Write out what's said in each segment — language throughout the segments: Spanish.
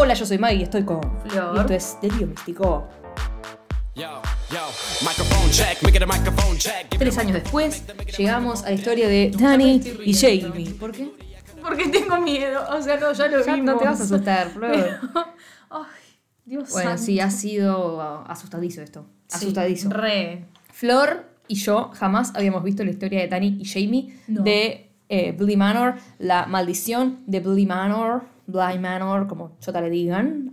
Hola, yo soy Maggie y estoy con Flor. Y esto es Delirio Místico. 3 años después, llegamos a la historia de Dani y Jamie. ¿Por qué? Porque tengo miedo. O sea, no, ya lo Ya vimos. no te vas a asustar, Flor. Pero... Ay, Dios Bueno, santo. sí, ha sido asustadizo esto. Sí, Asustadizo. Re. Flor y yo jamás habíamos visto la historia de Dani y Jamie No. de Bly Manor, la maldición de Bly Manor, como chota le digan.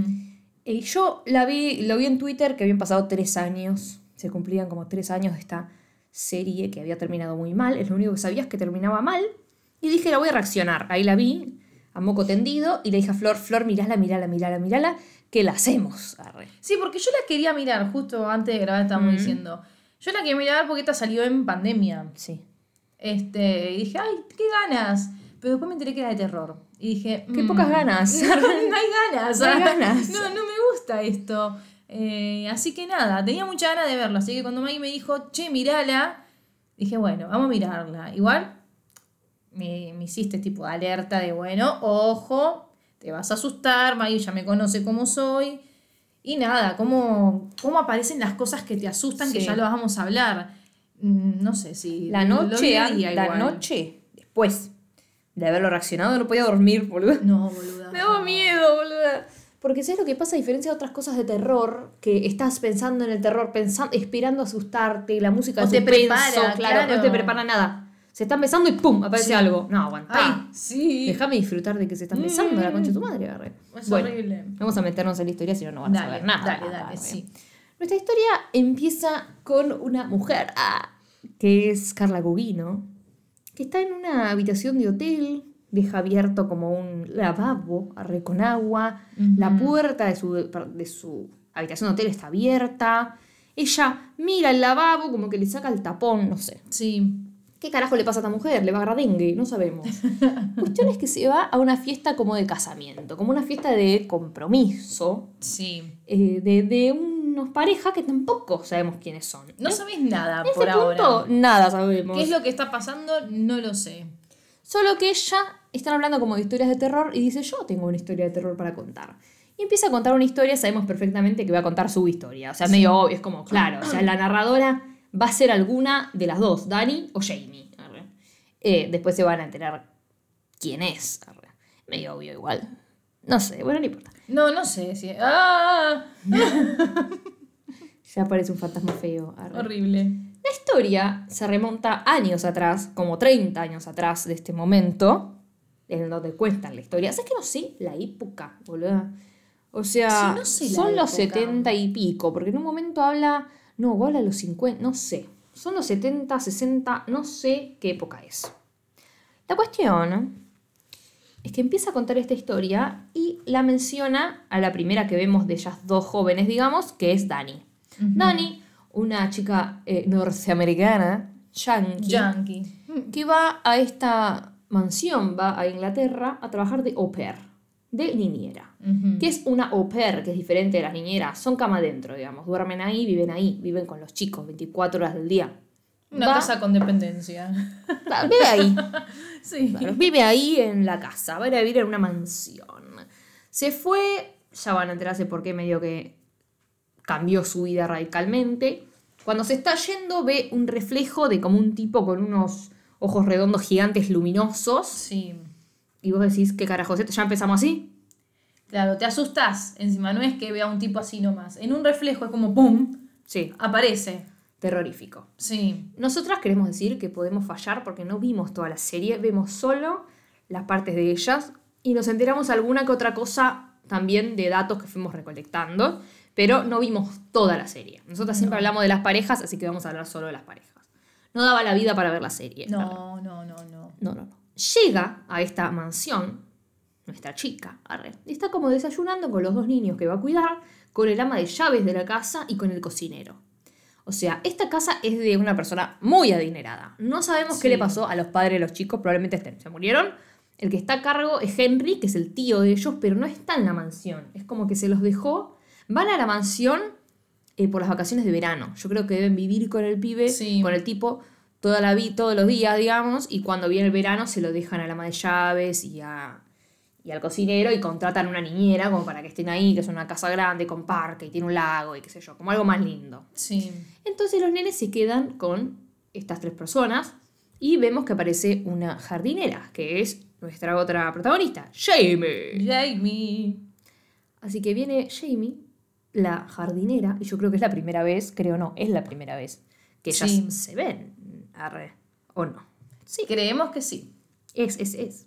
Y yo lo vi en Twitter que habían pasado 3 años, se cumplían como 3 años de esta serie que había terminado muy mal, es lo único que sabía es que terminaba mal, y dije, la voy a reaccionar. Ahí la vi, a moco tendido, y le dije a Flor, mirala, que la hacemos. Arre. Sí, porque yo la quería mirar, justo antes de grabar estábamos diciendo. Yo la quería mirar porque esta salió en pandemia. Sí. Y dije, ay, qué ganas. Pero después me enteré que era de terror. Y dije, Qué pocas ganas. No hay ganas. No hay ganas. No me gusta esto. Así que nada, tenía mucha ganas de verlo. Así que cuando Maggie me dijo, che, mirala, dije, bueno, vamos a mirarla. Igual me hiciste tipo de alerta de, bueno, ojo, te vas a asustar, Maggie ya me conoce cómo soy. Y nada, cómo aparecen las cosas que te asustan, Sí. que ya lo vamos a hablar. No sé si... La lo noche, diría la igual. noche después de haberlo reaccionado, no podía dormir, boludo. No, boluda. Me daba miedo, boluda. Porque ¿sabes lo que pasa? A diferencia de otras cosas de terror, que estás pensando en el terror, esperando asustarte, la música O de te suspenso, prepara, claro. no te prepara nada. Se están besando y ¡pum! Aparece Sí. algo. No, aguantá. Ay, sí. Déjame disfrutar de que se están besando, la concha de tu madre, agarre. Es Bueno, horrible. vamos a meternos en la historia, si no, no van a Dale, saber nada. dale, arre. sí. Nuestra historia empieza con una mujer, que es Carla Gugino, que está en una habitación de hotel, deja abierto como un lavabo, arre, con agua, la puerta de su habitación de hotel está abierta, ella mira el lavabo como que le saca el tapón, no sé. Sí. ¿Qué carajo le pasa a esta mujer? ¿Le va a agarrar dengue? No sabemos. Cuestión es que se va a una fiesta como de casamiento, como una fiesta de compromiso, Sí. de unos parejas que tampoco sabemos quiénes son. No sabés nada En por este punto, ahora. nada sabemos. ¿Qué es lo que está pasando? No lo sé. Solo que ella están hablando como de historias de terror y dice, yo tengo una historia de terror para contar. Y empieza a contar una historia, sabemos perfectamente que va a contar su historia. O sea, medio obvio, es como, claro, o sea, la narradora va a ser alguna de las dos, Dani o Jamie. Arre. Después se van a enterar quién es. Arre. Medio obvio igual. No sé, bueno, no importa. No sé si... ¡Ah! Ya aparece un fantasma feo. Arre. Horrible. La historia se remonta años atrás, como 30 años atrás de este momento, en donde cuentan la historia. ¿Sabes que no sé la época, boluda? O sea, Sí, no sé la son los época. 70 y pico, porque en un momento habla, no, habla de los 50, no sé. Son los 70, 60, no sé qué época es. La cuestión es que empieza a contar esta historia y la menciona a la primera que vemos de ellas dos jóvenes, digamos, que es Dani. Dani, una chica norteamericana, yankee, que va a esta mansión, va a Inglaterra a trabajar de au pair, de niñera. ¿Qué es una au pair? Que es diferente de las niñeras. Son cama adentro, digamos. Duermen ahí, viven con los chicos 24 horas del día. Una casa con dependencia. Vive ahí. Sí. Claro, vive ahí en la casa, va a ir a vivir en una mansión. Se fue, ya van a enterarse por qué medio que cambió su vida radicalmente. Cuando se está yendo ve un reflejo de como un tipo con unos ojos redondos gigantes luminosos. Sí. Y vos decís, ¿qué carajo es esto? ¿Ya empezamos así? Claro, te asustas. Encima no es que vea un tipo así nomás. En un reflejo es como ¡pum! Sí, Aparece. terrorífico. Sí. Nosotras queremos decir que podemos fallar porque no vimos toda la serie, vemos solo las partes de ellas y nos enteramos alguna que otra cosa también de datos que fuimos recolectando, pero no vimos toda la serie. Nosotras siempre hablamos de las parejas, así que vamos a hablar solo de las parejas. No daba la vida para ver la serie. No. No. Llega a esta mansión nuestra chica, arre, y está como desayunando con los 2 niños que va a cuidar, con el ama de llaves de la casa y con el cocinero. O sea, esta casa es de una persona muy adinerada. No sabemos qué le pasó a los padres de los chicos, probablemente se murieron. El que está a cargo es Henry, que es el tío de ellos, pero no está en la mansión. Es como que se los dejó. Van a la mansión por las vacaciones de verano. Yo creo que deben vivir con el pibe, con el tipo, todos los días, digamos, y cuando viene el verano se lo dejan al ama de llaves y a y al cocinero y contratan una niñera como para que estén ahí, que es una casa grande con parque y tiene un lago y qué sé yo, como algo más lindo. Sí. Entonces los nenes se quedan con estas 3 personas y vemos que aparece una jardinera, que es nuestra otra protagonista, Jamie. Jamie. Así que viene Jamie, la jardinera, y yo creo que es la primera vez, creo no, es la primera vez que ellas Sí. se ven, arre, o no. Sí, creemos que sí. Es.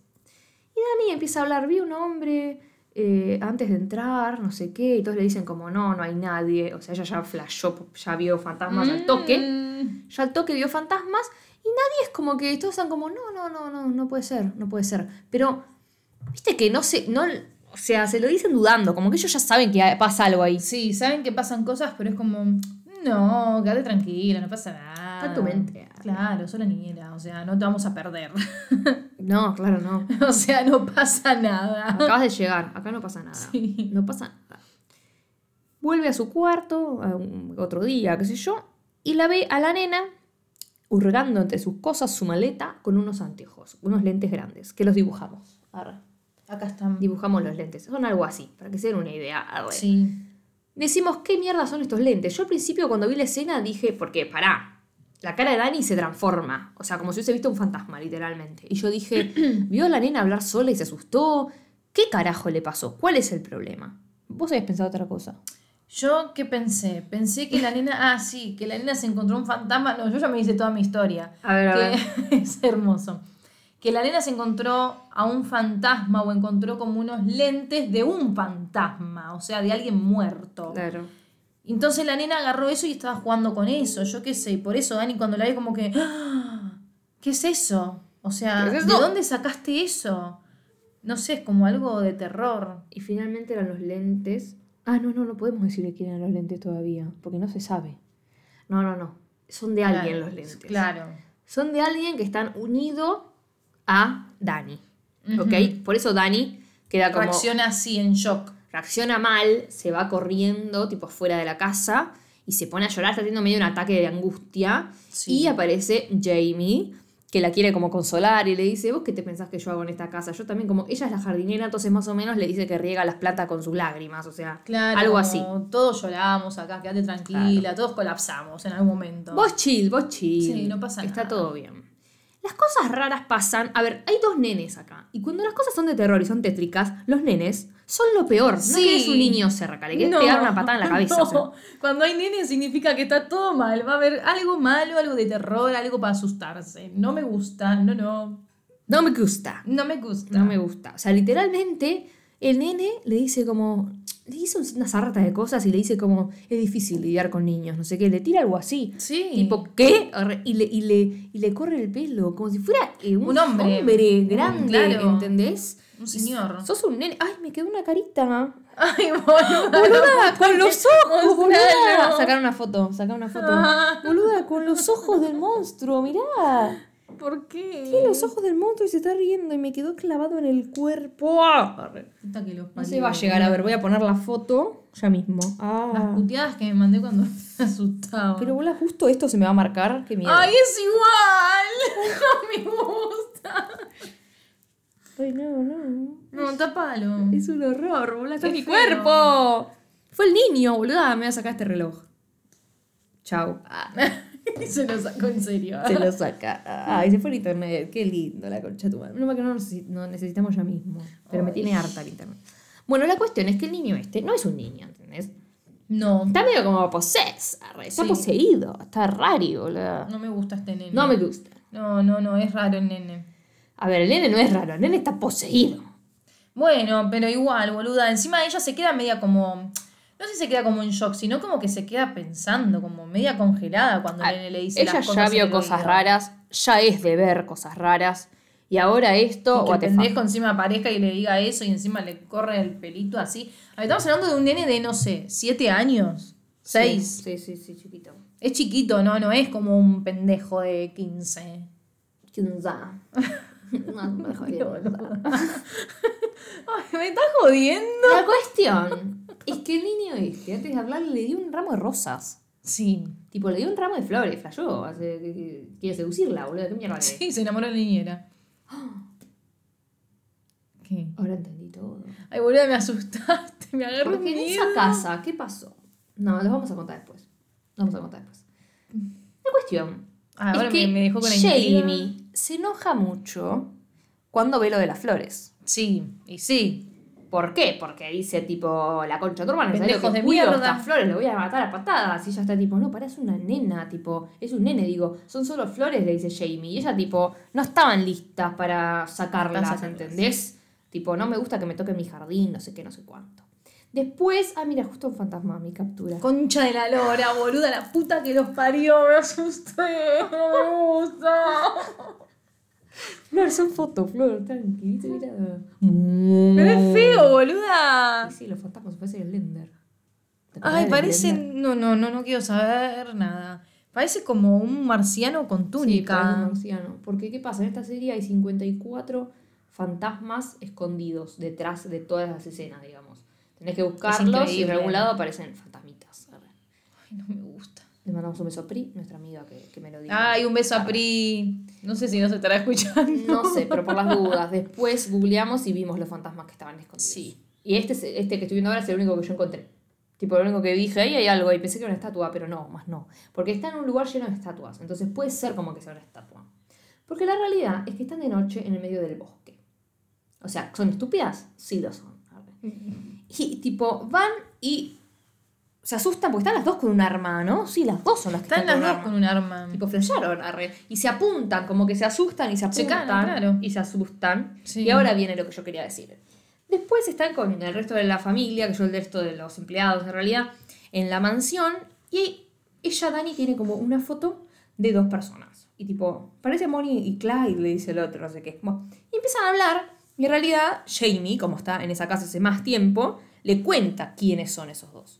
Y Dani empieza a hablar, vi un hombre antes de entrar, no sé qué, y todos le dicen como, no hay nadie. O sea, ella ya flashó, ya vio fantasmas al toque. Ya al toque vio fantasmas, y nadie es como que todos están como, no puede ser. Pero, viste que no sé, no, o sea, se lo dicen dudando, como que ellos ya saben que pasa algo ahí. Sí, saben que pasan cosas, pero es como, no, quédate tranquila, no pasa nada. Está en tu mente. Claro, sos la niñera, o sea, no te vamos a perder. No, claro, no. O sea, no pasa nada. Acabas de llegar, acá no pasa nada. Sí. No pasa nada. Vuelve a su cuarto, otro día, qué sé yo, y la ve a la nena hurgando entre sus cosas su maleta con unos anteojos, unos lentes grandes, que los dibujamos. Arre. Acá están. Dibujamos los lentes. Son algo así, para que se den una idea. Arre. Sí. Decimos, ¿qué mierda son estos lentes? Yo al principio cuando vi la escena dije, porque pará, la cara de Dani se transforma. O sea, como si hubiese visto un fantasma, literalmente. Y yo dije, ¿vio a la nena hablar sola y se asustó? ¿Qué carajo le pasó? ¿Cuál es el problema? Vos habías pensado otra cosa. ¿Yo qué pensé? Pensé que la nena... Ah, sí, que la nena se encontró un fantasma. No, yo ya me hice toda mi historia. A ver, a ver. Es hermoso. Que la nena se encontró a un fantasma o encontró como unos lentes de un fantasma. O sea, de alguien muerto. Claro. Entonces la nena agarró eso y estaba jugando con eso. Yo qué sé. Y por eso Dani cuando la ve como que... ¡Ah! ¿Qué es eso? O sea, ¿Qué es ¿de eso? dónde sacaste eso? No sé, es como algo de terror. Y finalmente eran los lentes. Ah, no podemos decirle quién eran los lentes todavía, porque no se sabe. No. Son de alguien los lentes. Claro. Son de alguien que están unidos a Dani. Ujú. ¿Ok? Por eso Dani queda como... Reacciona así en shock. Reacciona mal, se va corriendo, tipo afuera de la casa, y se pone a llorar, está teniendo medio un ataque de angustia. Sí. Y aparece Jamie, que la quiere como consolar y le dice, ¿vos qué te pensás que yo hago en esta casa? Yo también como, ella es la jardinera, entonces más o menos le dice que riega las plantas con sus lágrimas, o sea, Claro, algo así. Todos lloramos acá, quédate tranquila, todos colapsamos en algún momento. Vos chill. Sí, no pasa Está nada. todo bien. Las cosas raras pasan. A ver, hay 2 nenes acá. Y cuando las cosas son de terror y son tétricas, los nenes son lo peor. No Sí. querés un niño cerca, le querés pegar una patada en la cabeza. No. O sea. Cuando hay nenes significa que está todo mal. Va a haber algo malo, algo de terror, algo para asustarse. No me gusta, no. No me gusta. No me gusta. No me gusta. O sea, literalmente, el nene le dice como... Le dice una sarta de cosas y le dice como... Es difícil lidiar con niños, no sé qué. Le tira algo así. Sí. Tipo, ¿qué? Y le corre el pelo. Como si fuera Un hombre. grande, Claro. ¿entendés? Un señor. Sos un nene. Ay, me quedó una carita. Ay, boluda. Boluda, con los ojos, boluda. Mostralo. Sacar una foto. Ah. Boluda, con los ojos del monstruo, mirá. ¿Por qué? Tiene los ojos del monstruo y se está riendo y me quedó clavado en el cuerpo. Puta que los No parió. se va a llegar a ver, voy a poner la foto ya mismo. Las puteadas que me mandé cuando me asustaba. Pero boluda, justo esto se me va a marcar. Qué miedo. ¡Ay, es igual! No me gusta. Ay, no. No, tapalo. Es un horror, boluda. Está Qué mi feo. cuerpo. Fue el niño, boluda. Me voy a sacar este reloj. Chau. Se lo sacó en serio. Se lo saca. Ay, se fue el internet. Qué lindo la concha de tu madre. No, que no necesitamos ya mismo. Pero me Ay. tiene harta el internet. Bueno, la cuestión es que el niño este no es un niño, ¿entendés? No, Está medio como está Sí. poseído. Está raro, boludo. no me gusta este nene. No me gusta. No, es raro el nene. A ver, el nene no es raro. El nene está poseído. Bueno, pero igual, boluda. Encima ella se queda media como... No sé si se queda como en shock, sino como que se queda pensando, como media congelada cuando el nene le dice Ella las cosas ya en vio el cosas oído. raras. Ya es de ver cosas raras. Y ahora esto... Y que what el the fuck. pendejo encima aparezca y le diga eso y encima le corre el pelito así. A ver, estamos hablando de un nene de, no sé, 7 años, 6. Sí, chiquito. Es chiquito, no es como un pendejo de 15. No, me jodería. Ay, ¿me estás jodiendo? La cuestión es que el niño este, antes de hablar, le dio un ramo de rosas. Sí. Tipo, le dio un ramo de flores, flashó. Quiere seducirla, boludo. ¿Qué mierda le Sí, se enamoró de la niñera. ¿Qué? Ahora entendí todo. Ay, boluda, me asustaste, me agarró Porque en miedo. esa casa, ¿qué pasó? No, los vamos a contar después. Vamos a contar después. La cuestión Ahora es que me dejó con la intriga. Jamie se enoja mucho cuando ve lo de las flores. Sí, y sí. ¿Por qué? Porque dice, tipo, la concha de tu hermana, ¿sabes lo Pendejos que de cuido mierda. estas flores? Lo voy a matar a patadas. Y ella está tipo, no, pará, es una nena, tipo, es un nene, digo, son solo flores, le dice Jamie. Y ella, tipo, no estaban listas para sacarlas, ¿entendés? Tipo, no me gusta que me toque mi jardín, no sé qué, no sé cuánto. Después, mira, justo un fantasma, mi captura. Concha de la lora, boluda, la puta que los parió, me asusté, no me gusta. Flor, son fotos, Flor, tranquilito, mira. Pero es feo, boluda. Y sí, los fantasmas, parece el Slender. ¿Te acordás Ay, del parece. Slender? No quiero saber nada. Parece como un marciano con Sí, parece un túnica. marciano. Porque, ¿qué pasa? En esta serie hay 54 fantasmas escondidos detrás de todas las escenas, digamos. Tenés que buscarlos y increíble. en algún lado aparecen fantasmitas. Ay, no me gusta. Le mandamos un beso a Pri, nuestra amiga que me lo dijo. Ay, un beso a Pri. No sé si no se estará escuchando. No sé, pero por las dudas. Después googleamos y vimos los fantasmas que estaban escondidos. Sí. Y este que estoy viendo ahora es el único que yo encontré. Tipo, lo único que dije, ahí hay algo. Y pensé que era una estatua, pero no, más no. Porque está en un lugar lleno de estatuas. Entonces puede ser como que sea una estatua. Porque la realidad es que están de noche en el medio del bosque. O sea, ¿son estúpidas? Sí lo son. Y tipo, van y se asustan porque están las dos con un arma, ¿no? Sí, las dos son las que Están están las con dos con un arma. Tipo, flasharon, arre. Y se apuntan, como que se asustan y se Se apuntan. cagan, claro. Y se asustan. Sí. Y ahora viene lo que yo quería decir. Después están con el resto de la familia, que yo el resto de los empleados en realidad, en la mansión. Y ella, Dani, tiene como una foto de dos personas. Y tipo, parece Bonnie y Clyde, le dice el otro, no sé qué. Bueno, y empiezan a hablar. Y en realidad, Jamie, como está en esa casa hace más tiempo, le cuenta quiénes son esos dos.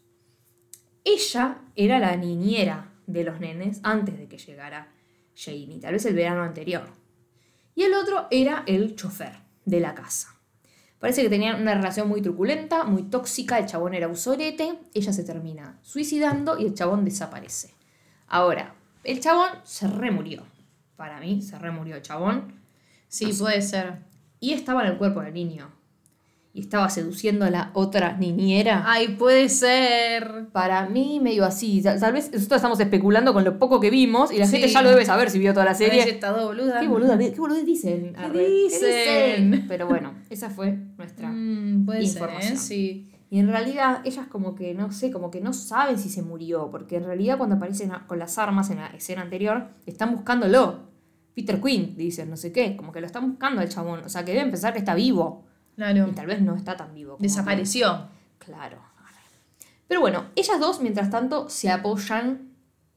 Ella era la niñera de los nenes antes de que llegara Jamie, tal vez el verano anterior. Y el otro era el chofer de la casa. Parece que tenían una relación muy truculenta, muy tóxica, el chabón era un sorete, ella se termina suicidando y el chabón desaparece. Ahora, el chabón se remurió. Para mí, se remurió el chabón. Sí, puede ser. Y estaba en el cuerpo del niño. Y estaba seduciendo a la otra niñera. Ay, puede ser. Para mí, medio así. Tal vez nosotros estamos especulando con lo poco que vimos y la Sí. gente ya lo debe saber si vio toda la Parece serie. esta dos boluda. ¿Qué boludez dicen? ¿Qué Arre. dicen? Pero bueno, esa fue nuestra Puede información. ser, sí. Y en realidad, ellas como que, no sé, como que no saben si se murió. Porque en realidad cuando aparecen con las armas en la escena anterior, están buscándolo. Peter Quinn, dicen, no sé qué. Como que lo están buscando al chabón. O sea, que deben pensar que está vivo. Claro. Y tal vez no está tan vivo. Como Desapareció. Claro. Pero bueno, ellas dos, mientras tanto, se apoyan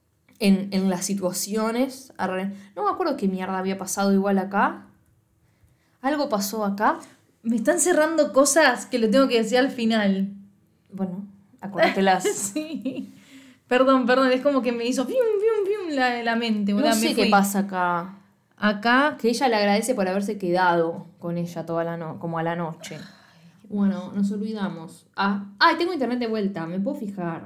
en las situaciones. No me acuerdo qué mierda había pasado igual acá. Algo pasó acá. Me están cerrando cosas que lo tengo que decir al final. Bueno, acuérdatelas. Sí. Perdón, es como que me hizo pium, pium, pium la mente. No boluda, sé me qué fui. pasa acá. Acá. Que ella le agradece por haberse quedado con ella toda como a la noche. Bueno, nos olvidamos. Ay, tengo internet de vuelta, me puedo fijar.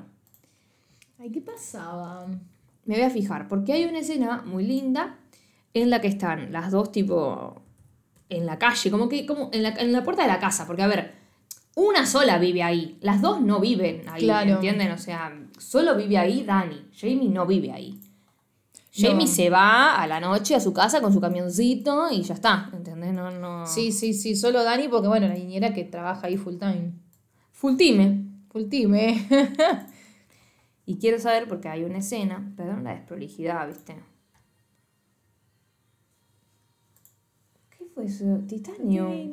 Ay, ¿qué pasaba? Me voy a fijar, porque hay una escena muy linda en la que están las dos tipo en la calle, como en la puerta de la casa, porque a ver, una sola vive ahí, las dos no viven ahí, Claro. ¿entienden? O sea, solo vive ahí Dani, Jamie no vive ahí. Jamie No. se va a la noche a su casa con su camioncito y ya está, ¿entendés? No. Sí, solo Dani, porque bueno, la niñera que trabaja ahí full time. Full time. Full time, Y quiero saber porque hay una escena, perdón la desprolijidad, ¿viste? ¿Qué fue eso? Titanium.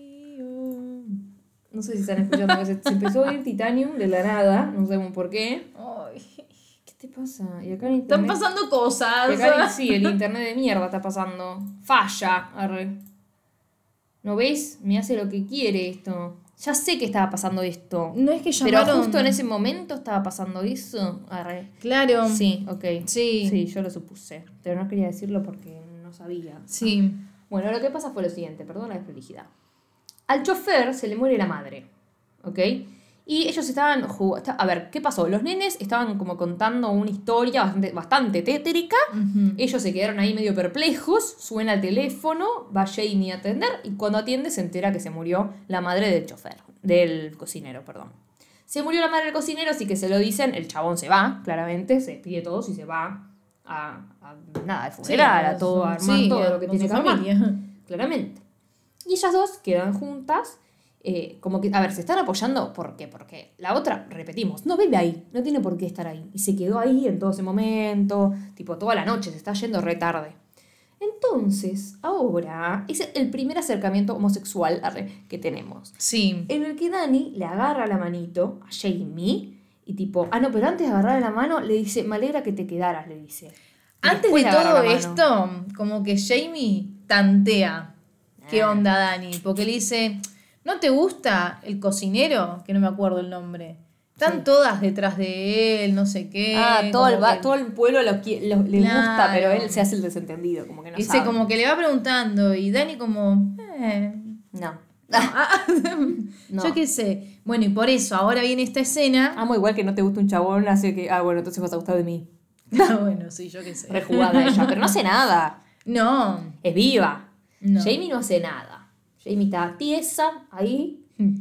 No sé si están escuchando que se empezó a oír Titanium de la nada, no sabemos por qué. Ay, ¿Qué te pasa? Y acá en están internet. pasando cosas. Y acá sí, el internet de mierda está pasando. Falla. Arre. ¿No ves? Me hace lo que quiere esto. Ya sé que estaba pasando esto. No es que Pero llamaron. justo en ese momento estaba pasando eso. Arre. Claro. Sí, ok. Sí. Sí, yo lo supuse. Pero no quería decirlo porque no sabía. Sí. Bueno, lo que pasa fue lo siguiente, perdón la desprolijidad. Al chofer se le muere la madre, ¿ok? Y ellos estaban jugando. A ver, ¿qué pasó? Los nenes estaban como contando una historia bastante tétrica. Ellos se quedaron ahí medio perplejos. Suena el teléfono, va Jamie a atender. Y cuando atiende se entera que se murió la madre del chofer. Del cocinero, perdón. Se murió la madre del cocinero, así que se lo dicen. El chabón se va, claramente. Se despide todos y se va nada, al funeral, a todo, a armar todo lo que tiene que armar. Claramente. Y ellas dos quedan juntas. Como que, a ver, se están apoyando. ¿Por qué? Porque la otra, repetimos, no vive ahí, no tiene por qué estar ahí. Y se quedó ahí en todo ese momento, tipo toda la noche, se está yendo re tarde. Entonces, ahora es el primer acercamiento homosexual que tenemos. Sí. En el que Dani le agarra la manito a Jamie y tipo, no, pero antes de agarrarle la mano le dice, me alegra que te quedaras, le dice. Y Antes después de le agarra todo la mano. esto, como que Jamie tantea qué onda Dani, porque le dice, ¿no te gusta el cocinero? Que no me acuerdo el nombre. Están todas detrás de él, no sé qué. Todo como el pueblo le gusta, Claro. pero él se hace el desentendido, como que no dice sabe. como que le va preguntando y Dani como, No. No. Yo qué sé. Bueno, y por eso ahora viene esta escena. Amo igual que no te gusta un chabón, hace que, bueno, entonces vas a gustar de mí. Bueno, sí, yo qué sé. Rejugada ella, pero no hace nada. No. Es viva. No. Jamie no hace nada. Jamie está tiesa ahí.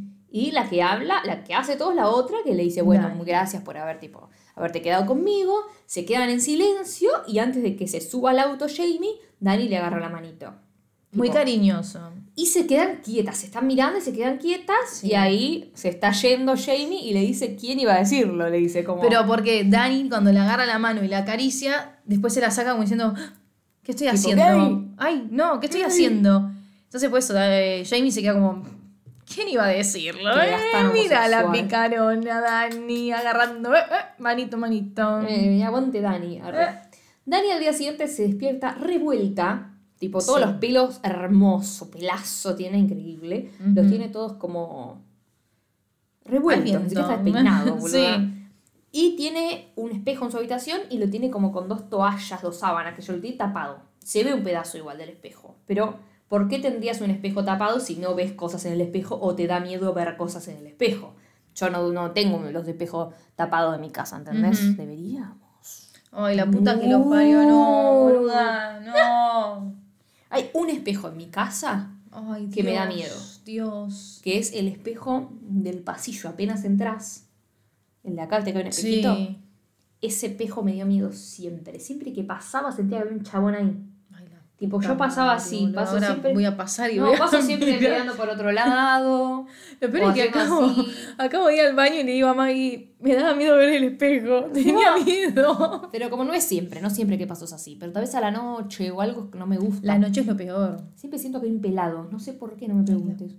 Y la que habla, la que hace todo es la otra, que le dice, bueno, Dani. gracias por haberte quedado conmigo. Se quedan en silencio y antes de que se suba al auto Jamie, Dani le agarra la manito. Muy Tipo, cariñoso. y se quedan quietas, se están mirando y se quedan quietas. Sí. Y ahí se está yendo Jamie y le dice, ¿quién iba a decirlo? Le dice como... Pero porque Dani, cuando le agarra la mano y la acaricia, después se la saca como diciendo, ¿qué estoy haciendo? Gaby. Ay, no, ¿qué estoy Gaby. haciendo? Entonces, pues, Jamie se queda como, ¿quién iba a decirlo? Que eras tan Mira la homosexual. picarona, Dani, agarrando, manito, manito. Aguante Dani. Dani al día siguiente se despierta revuelta. Tipo, todos los pelos hermoso, pelazo tiene, increíble. Los tiene todos como revueltos, ni siquiera está despeinado, boludo. Sí. Y tiene un espejo en su habitación y lo tiene como con 2 toallas, 2 sábanas, que yo lo tiene tapado. Se ve un pedazo igual del espejo. Pero, ¿por qué tendrías un espejo tapado si no ves cosas en el espejo o te da miedo ver cosas en el espejo? Yo no tengo los espejos tapados de mi casa, ¿entendés? Deberíamos. Ay, la puta que los parió, no, boluda, no. Hay un espejo en mi casa Ay, que me da miedo. Dios. Que es el espejo del pasillo. Apenas entras, en la carta que hay un espejito. Sí. Ese espejo me dio miedo siempre. Siempre que pasaba sentía que había un chabón ahí. Ay, la Tipo, puta yo pasaba madre, así. boludo. Paso Ahora siempre. voy a pasar y No, voy a paso siempre mirar. mirando por otro lado. Lo peor es que haciendo así. acabo de ir al baño y le digo a Maggie, me daba miedo ver el espejo. Tenía No. miedo. Pero como no es siempre, no siempre que paso es así. Pero tal vez a la noche o algo que no me gusta. La noche es lo peor. Siempre siento que hay un pelado. No sé por qué, no me preguntes.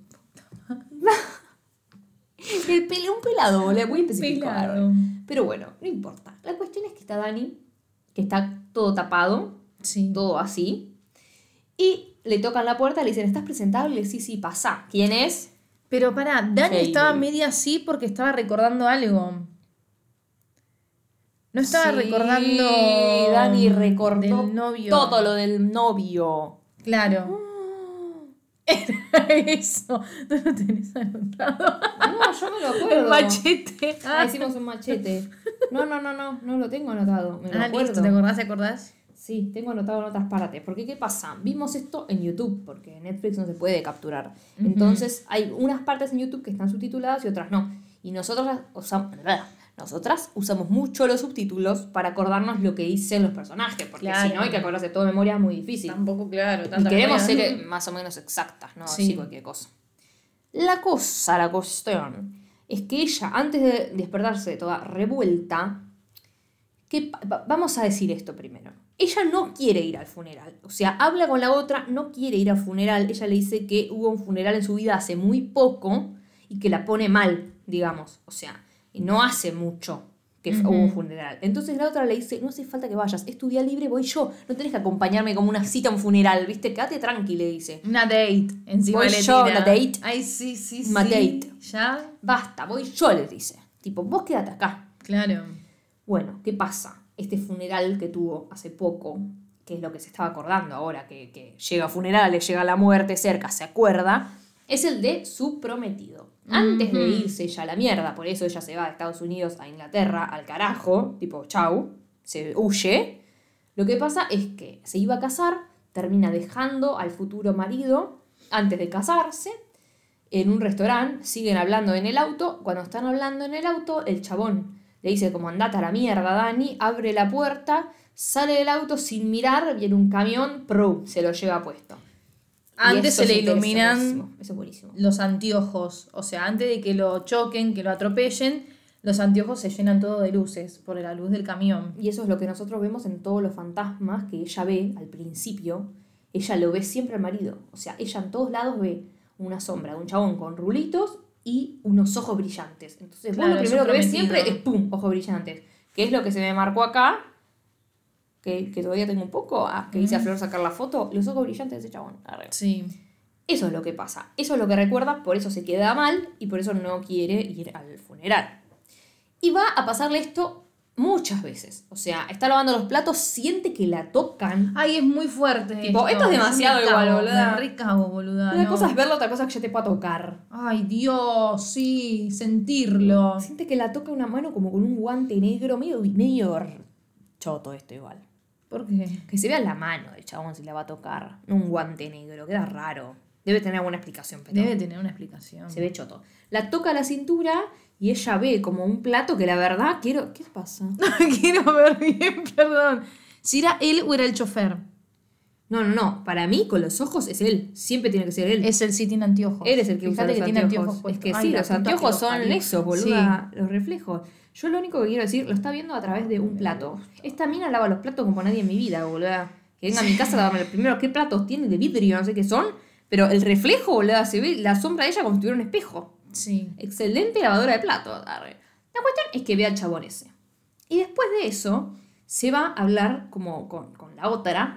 Un pelado, boludo, muy específico. Pelado. Pero bueno, no importa. La cuestión es que está Dani, que está todo tapado, Sí. todo así. Y le tocan la puerta, le dicen, ¿estás presentable? Sí, pasa. ¿Quién es? Pero pará, Dani Jamie. estaba media así porque estaba recordando algo. No estaba Sí, recordando. Dani recordó del novio. todo lo del novio. Claro. Era eso. ¿No lo tenés anotado? No, yo me lo El acuerdo. machete. Hicimos un machete. No lo tengo anotado. Me lo acuerdo. Listo, ¿te acordás? Sí, tengo anotado en otras partes. Porque, ¿qué pasa? Vimos esto en YouTube, porque en Netflix no se puede capturar. Entonces, hay unas partes en YouTube que están subtituladas y otras no. Y nosotras usamos mucho los subtítulos para acordarnos lo que dicen los personajes. Porque Claro. si no, hay que acordarse de todo de memoria, es muy difícil. Tampoco, claro. Y Tanta queremos memoria. ser más o menos exactas, no Sí. así cualquier cosa. La cuestión, es que ella, antes de despertarse toda revuelta, vamos a decir esto primero. Ella no quiere ir al funeral. O sea, habla con la otra, no quiere ir al funeral. Ella le dice que hubo un funeral en su vida hace muy poco y que la pone mal, digamos. O sea, no hace mucho que hubo un funeral. Entonces la otra le dice, no hace falta que vayas, es tu día libre, voy yo. No tenés que acompañarme como una cita a un funeral, ¿viste? Quédate tranqui, le dice. Una date. Encima Voy le yo, tira. una date. Ay, sí. Una date. ¿Ya? Basta, voy yo, le dice. Tipo, vos quédate acá. Claro. Bueno, ¿qué pasa? Este funeral que tuvo hace poco, que es lo que se estaba acordando ahora, que llega a funerales, llega la muerte cerca, se acuerda, es el de su prometido. Antes de irse ella a la mierda, por eso ella se va de Estados Unidos a Inglaterra, al carajo, tipo, chau, se huye. Lo que pasa es que se iba a casar, termina dejando al futuro marido antes de casarse en un restaurante, siguen hablando en el auto. Cuando están hablando en el auto, el chabón le dice como andate a la mierda, Dani, abre la puerta, sale del auto sin mirar, viene un camión, se lo lleva puesto. Antes se le buenísimo. iluminan Eso es buenísimo. los anteojos. O sea, antes de que lo choquen, que lo atropellen, los anteojos se llenan todo de luces por la luz del camión. Y eso es lo que nosotros vemos en todos los fantasmas que ella ve al principio. Ella lo ve siempre al marido. O sea, ella en todos lados ve una sombra de un chabón con rulitos y unos ojos brillantes. Entonces, Claro, vos lo primero que ves prometido. siempre es ¡pum! Ojos brillantes. Que es lo que se me marcó acá, que todavía tengo un poco, que dice a Flor sacar la foto, los ojos brillantes de ese chabón. Arre. Sí. Eso es lo que pasa. Eso es lo que recuerda, por eso se queda mal y por eso no quiere ir al funeral. Y va a pasarle esto muchas veces. O sea, está lavando los platos, siente que la tocan. Ay, es muy fuerte. Tipo, esto es demasiado Yo me igual, cago, boluda. Me recago, boluda. Una no. cosa es verlo, otra cosa es que ya te pueda tocar. Ay, Dios, sí, sentirlo. Siente que la toca una mano como con un guante negro, medio choto esto igual. ¿Por qué? Que se vea la mano del chabón si la va a tocar, no un guante negro, queda raro. Debe tener alguna explicación, pero Debe tener una explicación. se ve choto. La toca a la cintura y ella ve como un plato que la verdad quiero... ¿Qué pasa? Quiero ver bien, perdón. Si era él o era el chofer. No. Para mí, con los ojos es él. Siempre tiene que ser él. Es el sí tiene anteojos. Él es el que usa Fíjate los que tiene anteojos. anteojos Es que puestos. sí, Ay, la los puta anteojos que lo son parió. eso, boluda. Los reflejos. Yo lo único que quiero decir, lo está viendo a través de un plato. Esta mina lava los platos como nadie en mi vida, boluda. Que venga a mi casa a lavarme primero qué platos tiene de vidrio, no sé qué son. Pero el reflejo, boluda, se ve la sombra de ella como si tuviera un espejo. Sí. Excelente lavadora de platos. Arre. La cuestión es que ve al chabón ese. Y después de eso, se va a hablar como con la otra,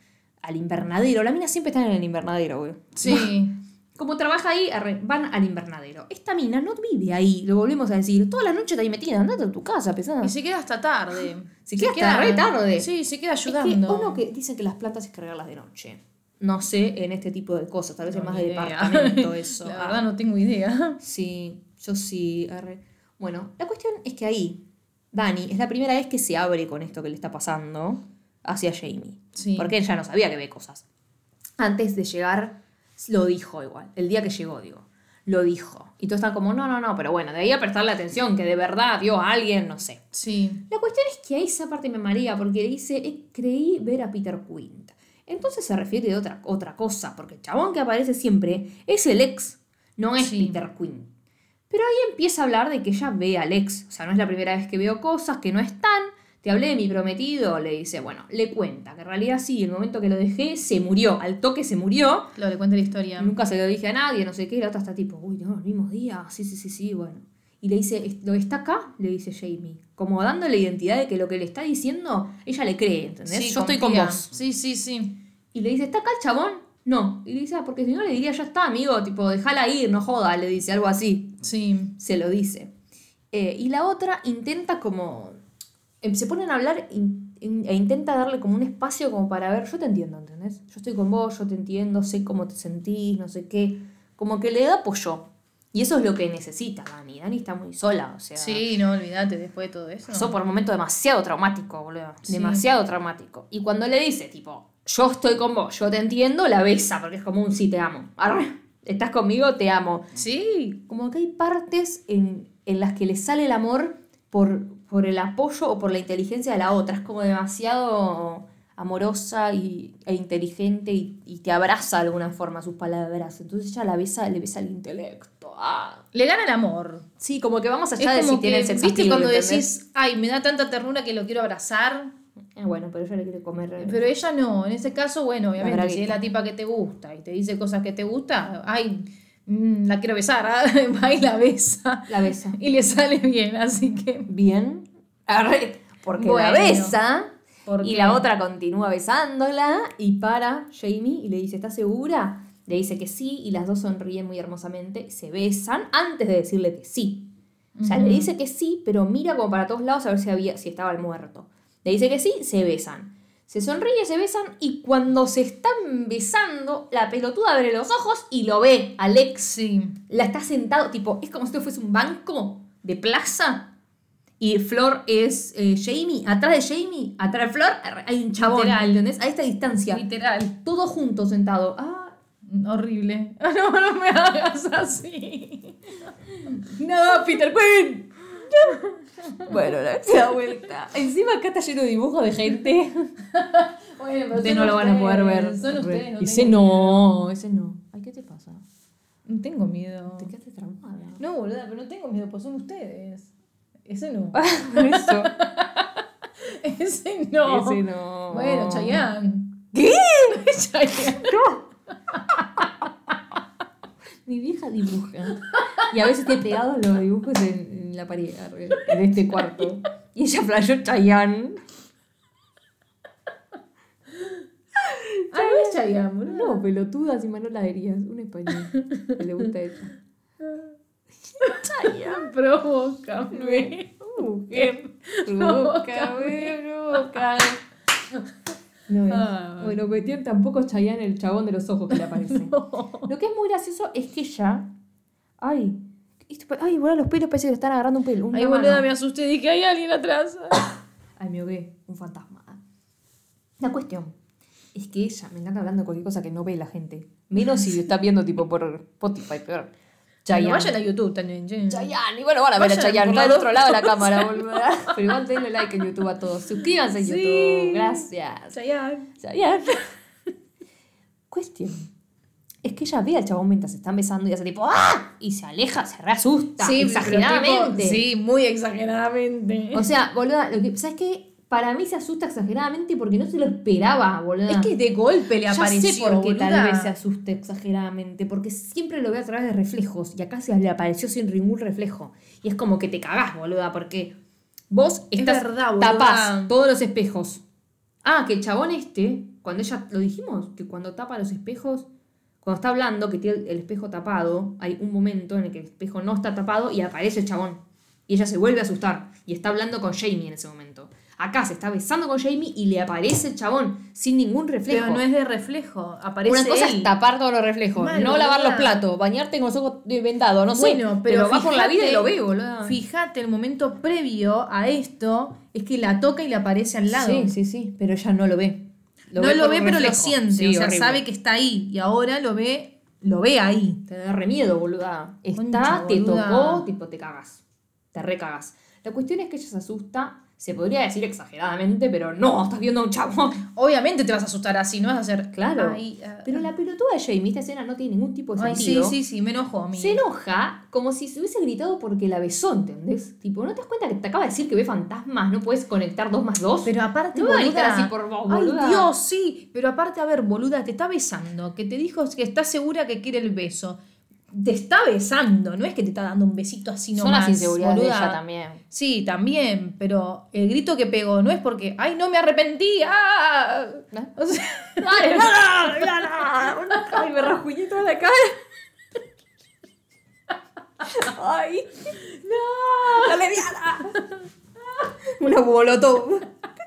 al invernadero. La mina siempre está en el invernadero, güey. Sí. Como trabaja ahí, van al invernadero. Esta mina no vive ahí, lo volvemos a decir. Toda la noche está ahí metida, andate a tu casa, pesada. Y se queda hasta tarde. Se queda hasta re tarde. Sí, se queda Es que ayudando. uno que dice que las plantas hay que regarlas de noche. No sé en este tipo de cosas, tal vez es más ni de idea. departamento eso. La verdad no tengo idea. Sí, yo sí. Bueno, la cuestión es que ahí, Dani, es la primera vez que se abre con esto que le está pasando hacia Jamie. Sí. Porque él ya no sabía que ve cosas. Antes de llegar, lo dijo igual. El día que llegó, digo. Lo dijo. Y todos están como, no, pero bueno, de ahí a prestarle atención, que de verdad vio a alguien, no sé. Sí. La cuestión es que ahí esa parte me marea, porque dice, creí ver a Peter Quint. Entonces se refiere a otra cosa, porque el chabón que aparece siempre es el ex, no es Sí. Peter Quint. Pero ahí empieza a hablar de que ella ve al ex. O sea, no es la primera vez que veo cosas que no están. Te hablé de mi prometido, le dice. Bueno, le cuenta que en realidad sí, el momento que lo dejé se murió. Al toque se murió. Lo le cuenta la historia. Nunca se lo dije a nadie, no sé qué. Y la otra está tipo, uy, no, el mismo día. Sí, bueno. Y le dice, ¿lo está acá? Le dice Jamie. Como dándole identidad de que lo que le está diciendo, ella le cree, ¿entendés? Sí, Yo estoy con confía. vos. Sí. Y le dice, ¿está acá el chabón? No. Y le dice, porque si no le diría, ya está, amigo, tipo, déjala ir, no joda, le dice algo así. Sí. Se lo dice. Y la otra intenta como... se ponen a hablar e intenta darle como un espacio como para ver, yo te entiendo, ¿entendés? Yo estoy con vos, yo te entiendo, sé cómo te sentís, no sé qué. Como que le da apoyo. Y eso es lo que necesita Dani. Dani está muy sola, o sea... Sí, no, olvídate después de todo eso. Pasó por un momento demasiado traumático, boludo. Sí. Demasiado traumático. Y cuando le dice, tipo, yo estoy con vos, yo te entiendo, la besa, porque es como un sí te amo. Arre, estás conmigo, te amo. Sí. Como que hay partes en las que le sale el amor por el apoyo o por la inteligencia de la otra. Es como demasiado amorosa e inteligente y te abraza de alguna forma sus palabras. Entonces ella le besa el intelecto. Ah. Le gana el amor. Sí, como que vamos allá Es de si como tienen que, sex ¿viste appeal, cuando ¿entendés? decís, ay, me da tanta ternura que lo quiero abrazar? Bueno, pero ella le quiere comer. Pero ella no, en ese caso, bueno, obviamente, bragueta. si es la tipa que te gusta y te dice cosas que te gusta, ay, la quiero besar, ¿ah? Va y la besa. La besa. Y le sale bien, así que... Bien. Arre, porque Bueno. la besa. ¿Por Y qué? la otra continúa besándola y para Jamie y le dice, ¿estás segura? Le dice que sí y las dos sonríen muy hermosamente, se besan antes de decirle que sí. O sea, le dice que sí, pero mira como para todos lados a ver si estaba el muerto. Le dice que sí, se Se sonríe, se besan y cuando se están besando, la pelotuda abre los ojos y lo ve. Alex Sí. la está sentado, tipo, es como si esto fuese un banco de plaza. Y Flor es Jamie. Atrás de Jamie, atrás de Flor, hay un chabón. Literal. ¿Entendés? A esta distancia. Literal. Todos juntos sentados. Ah, Horrible. No, no me hagas así. no, Peter Quinn. Bueno, se da vuelta. Encima acá está lleno de dibujos de gente. Bueno, pero Ustedes no lo van a poder ver. Son ustedes, no Ese tengo no, ese no. Ay, ¿qué te pasa? miedo. No tengo miedo. Te quedaste traumada. No, boluda, pero no tengo miedo, pues son ustedes. Ese no. Por eso. Ese no. Ese no. Bueno, Chayanne. ¿Qué? Chayanne. Mi vieja dibuja. Y a veces te he pegado los dibujos en la pared, en este cuarto. Y ella flasheó Chayanne. Ah, no es Chayanne, boluda. No, pelotudas y manoladerías. Un español que le gusta a ella. Chayanne, provócame. Mujer, provócame. No es. Ah. Bueno, cuestión tampoco es Chayanne el chabón de los ojos que le aparece. Lo que es muy gracioso es que ella. Ay, boludo, los pelos parece que le están agarrando un pelo. Ay, boluda, me asusté, dije, hay alguien atrás. Ay, me ahogué, un fantasma. La cuestión es que ella me encanta hablando de cualquier cosa que no ve la gente. Menos si lo está viendo tipo por Spotify, peor. Chayanne. Vayan a YouTube también, che. Chayanne, y bueno, van a ver a Vayan Chayanne, por está la del otro lado de la dos. cámara, boludo. Pero igual denle like en YouTube a todos. Suscríbanse en Sí. YouTube, gracias. Chayanne. Chayanne. Cuestión. Es que ella ve al chabón mientras se están besando y hace tipo ¡ah! Y se aleja, se reasusta, exageradamente. Sí, muy exageradamente. O sea, boluda, ¿sabes qué? Para mí se asusta exageradamente porque no se lo esperaba, boluda. es que de golpe le ya apareció, sé por qué boluda. tal vez se asuste exageradamente, porque siempre lo ve a través de reflejos y acá se le apareció sin ningún reflejo. Y es como que te cagás, boluda, porque vos estás verdad, boluda. tapás todos los espejos. Ah, que el chabón cuando ella lo dijimos, que cuando tapa los espejos, cuando está hablando, que tiene el espejo tapado, hay un momento en el que el espejo no está tapado y aparece el chabón. Y ella se vuelve a asustar y está hablando con Jamie en ese momento. Acá se está besando con Jamie y le aparece el chabón sin ningún reflejo. Pero no es de reflejo, aparece Una cosa él. es tapar todos los reflejos, Mal, no lavar boluda. los platos, bañarte con los ojos vendados, no sé. Bueno, pero va por la vida y lo ve, fíjate- boludo. Fíjate, el momento previo a esto es que la toca y le aparece al lado. Sí, pero ella no lo ve. No lo por ve, un pero lo reflejo. siente. Sí, o sea, horrible. sabe que está ahí. Y ahora lo ve ahí. Te da re miedo, boluda. Está, Concha, te boluda. tocó, tipo, te cagas. Te recagas. La cuestión es que ella se asusta, se podría decir exageradamente, pero no, estás viendo a un chabón. Obviamente te vas a asustar así, no vas a hacer. Claro. Ay, Pero la pelotuda de Jamie, esta escena no tiene ningún tipo de ay, sentido. sí, me enojó a mí. Se enoja como si se hubiese gritado porque la besó, ¿entendés? Tipo, ¿no te das cuenta que te acaba de decir que ve fantasmas? ¿No puedes conectar 2 más 2? Pero aparte, no me voy a boluda. gritar así por vos, boluda. Ay, Dios, sí. Pero aparte, a ver, boluda, te está besando. Que te dijo que está segura que quiere el beso. Te está besando, no es que te está dando un besito así Son nomás. las inseguridades de boluda. ella también. Sí, también, pero el grito que pegó no es porque, ¡ay, no me arrepentí! ¡Ah! ¿No? O sea, ¡Ay, no! ¡Ay, me rasguñé toda la cara! ¡Ay! ¡No! ¡La lesbiana! Una bolotov.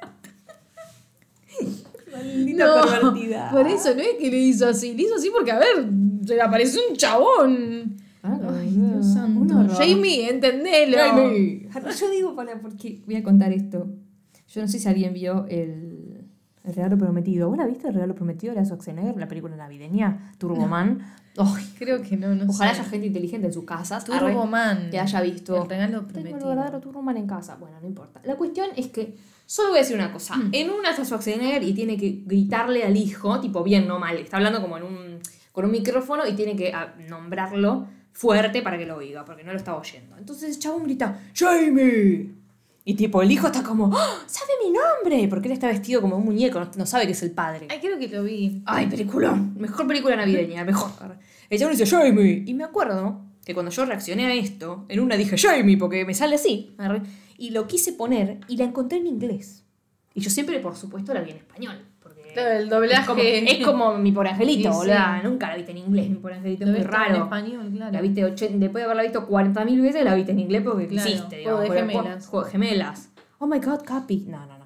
Maldita no, pervertida. por eso no es que le hizo así. Le hizo así porque, a ver, se le apareció un chabón. Ay, Dios santo. Un horror. Jamie, entendelo. Jamie. Yo digo, porque voy a contar esto. Yo no sé si alguien vio el regalo prometido. ¿Vos la viste el regalo prometido de la Schwarzenegger, la película navideña? Turboman. Ay, Creo que no ojalá sé. haya gente inteligente en sus casas. Turboman. Que haya visto. El regalo Tengo el prometido. verdadero Turboman en casa. Bueno, no importa. La cuestión es que solo voy a decir una cosa. En una está Schwarzenegger y tiene que gritarle al hijo, tipo bien, no mal. Está hablando como con un micrófono y tiene que nombrarlo fuerte para que lo oiga, porque no lo estaba oyendo. Entonces el chabón grita, ¡Jamie! Y tipo, el hijo está como, ¡oh! ¡Sabe mi nombre! Porque él está vestido como un muñeco, no sabe que es el padre. Ay, creo que lo vi. ¡Ay, peliculón! Mejor película navideña, mejor. El chabón dice, ¡Jamie! Y me acuerdo que cuando yo reaccioné a esto, en una dije, ¡Jamie! Porque me sale así. Y lo quise poner y la encontré en inglés. Y yo siempre, por supuesto, la vi en español. Porque Claro, el doblaje. es como mi por angelito, Sí, boluda. sí. Nunca la viste en inglés, mi por angelito, Lo es muy vi todo en raro. español, claro. La viste después de haberla visto 40.000 veces, la viste en inglés porque Claro, existe, Juego digamos. de Porque- gemelas. Juego de gemelas. Oh my god, Capi. No.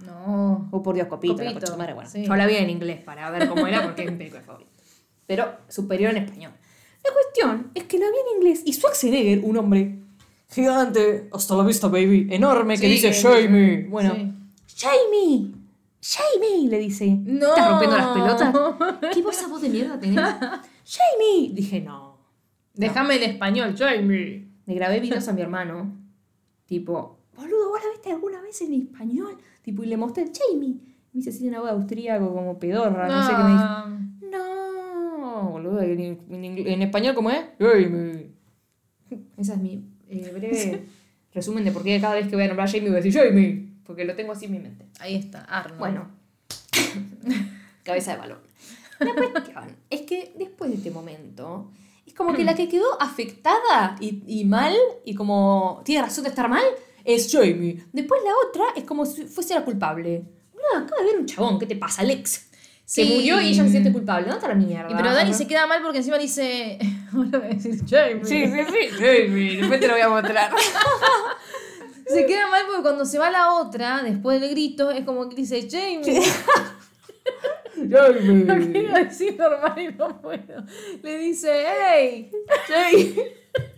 No. Oh, por Dios, Copito, la Copito, concha de madre. Bueno, sí. yo la vi en inglés para ver cómo era porque es mi película favorita. Pero superior en español. La cuestión es que la vi en inglés y Schwarzenegger, un hombre gigante, hasta la vista, baby, enorme, que Sí, dice que- Jamie. Bueno, Sí. Jamie, Jamie, le dice. No. ¿Estás rompiendo las pelotas? ¿Qué esa voz de mierda tenés? Jamie. Dije, no. Déjame el español, Jamie. Le grabé videos a mi hermano. Tipo, boludo, ¿vos la viste alguna vez en español? Tipo, y le mostré Jamie. Me dice así de una voz austríaco, como pedorra, no sé qué me dijo. No, boludo, en español, ¿cómo es? Jamie. Esa es mi breve resumen de por qué cada vez que voy a nombrar a Jamie voy a decir Jamie. Porque lo tengo así en mi mente. Ahí está, Arnold. Bueno, cabeza de balón. La cuestión es que después de este momento, es como que la que quedó afectada y mal, y como tiene razón de estar mal, es Jamie. Después la otra es como si fuese la culpable. No, acaba de ver un chabón, ¿qué te pasa, Alex? Se Sí. murió y ella se siente culpable. ¿Dónde está la mierda? Y pero Dani se queda mal porque encima dice. Ahora voy a decir Jamie. Sí, Jamie. Después te lo voy a mostrar. Se queda mal porque cuando se va la otra, después del grito, es como que dice Jamie. Lo Jamie. quiero decir normal y no puedo. Le dice, hey. Jamie.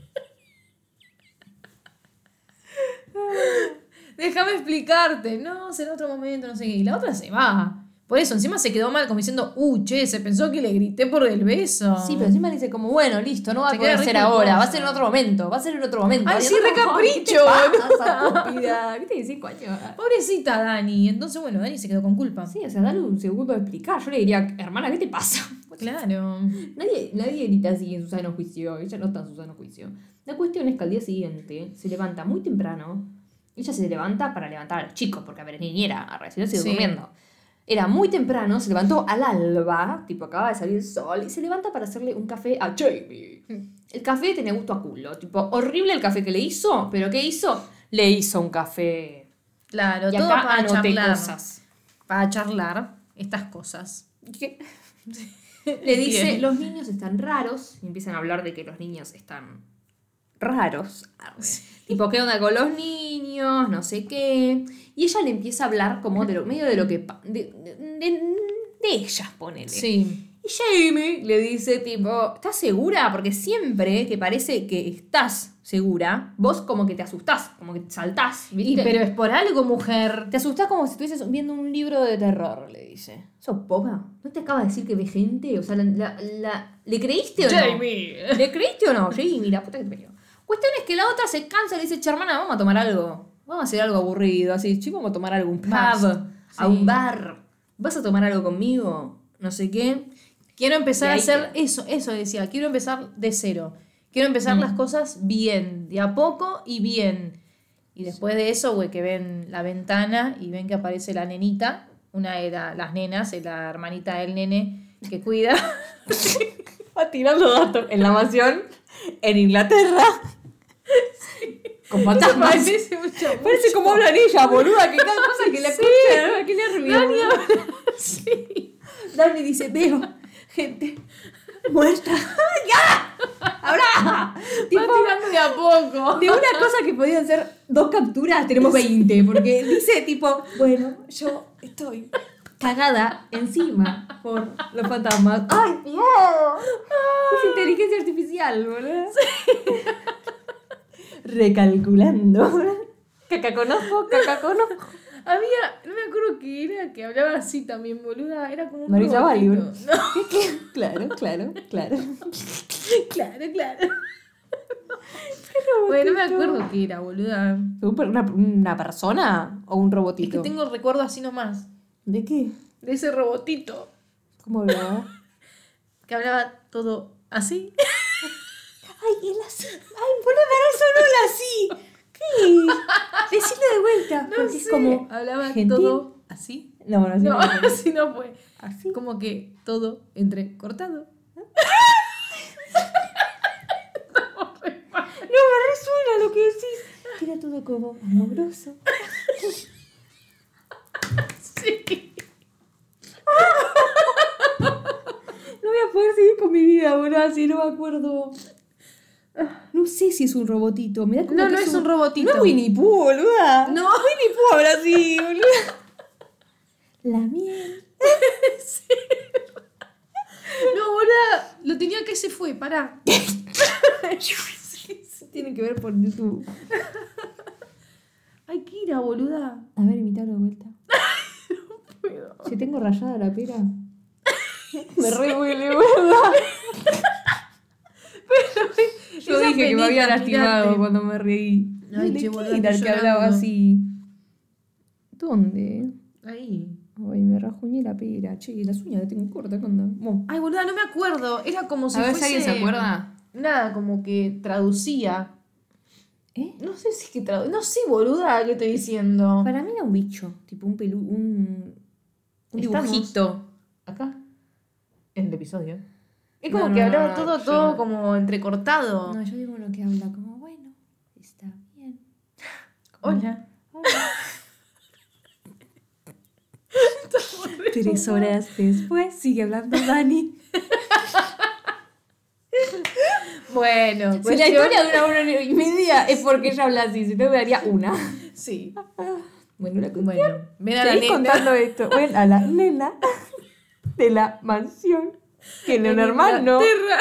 Déjame explicarte. No, será otro momento, no sé qué. Y la otra se va. Por eso, encima se quedó mal como diciendo, che, se pensó que le grité por el beso. Sí, pero encima le dice como, bueno, listo, no va a Se poder queda ser re ahora, va a culposa. ser en otro momento, va a ser en otro momento. Ay, Y sí, no, re capricho, ¿qué te pasa, estúpida? ¿Qué te decís, coño? Pobrecita Dani. Entonces, bueno, Dani se quedó con culpa. Sí, o sea, dale un segundo a explicar. Yo le diría, hermana, ¿qué te pasa? Claro. Nadie grita así en su sano juicio, ella no está en su sano juicio. La cuestión es que al día siguiente se levanta muy temprano. Ella se levanta para levantar a los chicos, porque a ver, es niñera, si no sigue Sí. durmiendo. Era muy temprano, se levantó al alba, tipo acaba de salir el sol, y se levanta para hacerle un café a Jamie. El café tenía gusto a culo, tipo, horrible el café que le hizo, pero ¿qué hizo? Le hizo un café. Claro, Y todo acá para anoté charlar. cosas. Para charlar estas cosas. ¿Qué? Le dice, Bien. los niños están raros, y empiezan a hablar de que los niños están raros. Tipo, ¿qué onda con los niños? No sé qué. Y ella le empieza a hablar como de lo medio de lo que... de ellas, ponele. Sí. Y Jamie le dice, tipo, ¿estás segura? Porque siempre que parece que estás segura, vos como que te asustás, como que saltás, ¿viste? Pero es por algo, mujer. Te asustás como si estuvieses viendo un libro de terror, le dice. ¿Sos poca? ¿No te acaba de decir que ve gente? O sea, ¿le creíste o no? Jamie. ¿Le creíste o no? Jamie, la puta que te parió. Cuestión es que la otra se cansa y le dice, che, hermana, vamos a tomar algo. Vamos a hacer algo aburrido, así, chico, vamos a tomar algo, un pub, Basta. a Sí. un bar. ¿Vas a tomar algo conmigo? No sé qué. Quiero empezar Y a ahí hacer queda. eso decía, quiero empezar de cero. Quiero empezar las cosas bien, de a poco y bien. Y después de eso, güey, que ven la ventana y ven que aparece la nenita. Una era las nenas, la hermanita del nene que cuida. Va a tirar los datos en la mansión en Inglaterra. Con fantasmas. Parece mucho. Parece como hablan ella, boluda, que cada cosa que la escucha, qué nervio. Dani habla así. Dani dice, veo gente muerta. ¡Ya! ¡Ahora! Tipo, Va tirando de a poco. de una cosa que podían ser 2 capturas, tenemos 20. Porque dice, tipo, bueno, yo estoy cagada encima por los fantasmas. ¡Ay, miedo! Es inteligencia artificial, boludo. Recalculando. Caca conozco. Había, no me acuerdo qué era, que hablaba así también, boluda. Era como un Marisa robotito. Balliol. No, Claro. claro. Bueno, no me acuerdo qué era, boluda. ¿Una persona o un Es que robotito? tengo el recuerdo así nomás. ¿De qué? De ese robotito. ¿Cómo hablaba? Que hablaba todo así. Ay, él así. Ay, poneme eso, no él así. ¿Qué? Decirlo de vuelta. No porque sé. es como. Hablaba gentil. todo así. No, así No, no. así no fue. Así. Como que todo entrecortado. No, me resuena lo que decís. Que era todo como amoroso. Sí. No voy a poder seguir con mi vida, boludo, si no me acuerdo. No sé si es un robotito. Me da como No, que no es un robotito. No es Winnie Pooh, boluda. No. Winnie Pooh habla así, boluda. La miel. No, boluda, lo tenía que se fue, pará. Tiene que ver por YouTube. Hay que ir a boluda. A ver, imitalo de vuelta. No puedo. Si tengo rayada la pera. Me re duele, ¿verdad? Yo esa dije que me había penita, lastimado mirate. cuando me reí. Ay, ¿De che, qué boluda, era el estoy que hablaba llorando. así? ¿Dónde? Ahí. Ay, me rajuñé la pera. Che, las uñas las tengo cortas, ¿qué onda? Bueno, Ay, boluda, no me acuerdo. Era como si a ver fuese... si alguien se acuerda. Nada, como que traducía. ¿Eh? No sé si es que traducía. No sé, boluda, qué estoy diciendo. Para mí era un bicho, tipo un un Estamos. dibujito. Acá. En el episodio. Es No, como no, que no, hablaba no, todo, yo todo no. como entrecortado. No, yo digo lo que habla, como bueno, está bien. Hola. 3 horas después sigue hablando Dani. Bueno, Si la cuestión- historia dura 1 hora y media es porque ella habla así, si no duraría una. Sí. Bueno, la cuestión. Bueno, ven a la Seguís nena. contando esto. Bueno, a la nena de la mansión. Que lo en normal no. Inglaterra.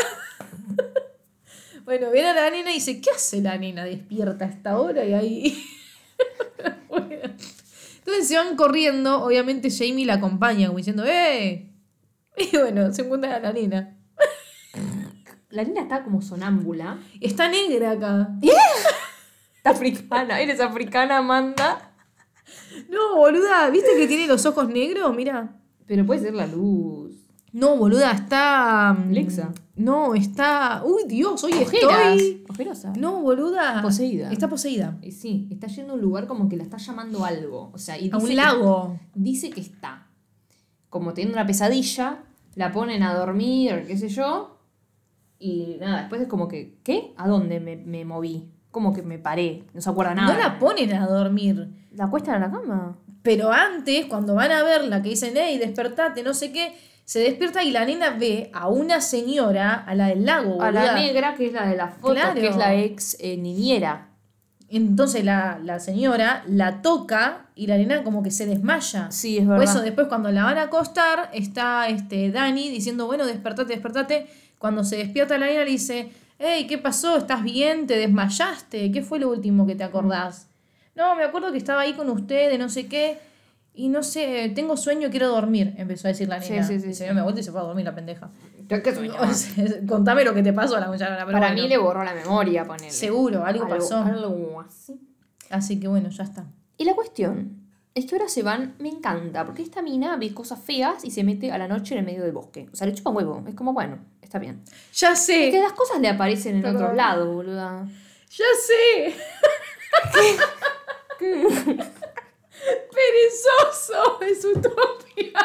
Bueno, ven a la nena y dice, ¿qué hace la nena despierta a esta hora? Y ahí... Bueno. Entonces se van corriendo, obviamente Jamie la acompaña como diciendo, ¡eh! Y bueno, se encuentra a la nena. La nena está como sonámbula. Está negra acá. Está africana. ¿Eres africana, Amanda? No, boluda, ¿viste que tiene los ojos negros? Mira. Pero puede ser la luz. No, boluda, está... Lexa. No, está... Uy, Dios, hoy Ojeras. estoy... Ojerosa. No, boluda. Poseída. Está poseída. Sí, está yendo a un lugar como que la está llamando algo. O sea, y A dice un que- lago. dice que está como teniendo una pesadilla, la ponen a dormir, qué sé yo, y nada, después es como que, ¿qué? ¿A dónde me moví? Como que me paré, no se acuerda nada. No la ponen a dormir. ¿La acuestan en la cama? Pero antes, cuando van a verla, que dicen, hey, despertate, no sé qué, se despierta y la nena ve a una señora, a la del lago, A la boluda. negra, que es la de la foto, Claro. que es la ex niñera. Entonces la señora la toca y la nena como que se desmaya. Sí, es Por verdad. eso después cuando la van a acostar, está Dani diciendo, bueno, despertate, despertate. Cuando se despierta la nena le dice, hey, ¿qué pasó? ¿Estás bien? ¿Te desmayaste? ¿Qué fue lo último que te acordás? No, me acuerdo que estaba ahí con ustedes, no sé qué. Y no sé, tengo sueño, quiero dormir, empezó a decir la Sí, nena. sí, sí, Y se sí. dio me vuelta y se fue a dormir la pendeja. ¿Qué sueño? Contame lo que te pasó a la muchacha. Pero Para bueno, mí le borró la memoria, ponele. seguro, algo pasó. Algo así. Así que bueno, ya está. Y la cuestión es que ahora se van, me encanta, porque esta mina ve cosas feas y se mete a la noche en el medio del bosque. O sea, le chupa un huevo. Es como, bueno, está bien. Ya Es sé, que las cosas le aparecen en Perdón. otros lados, boluda. ya sé. Perezoso es utopia.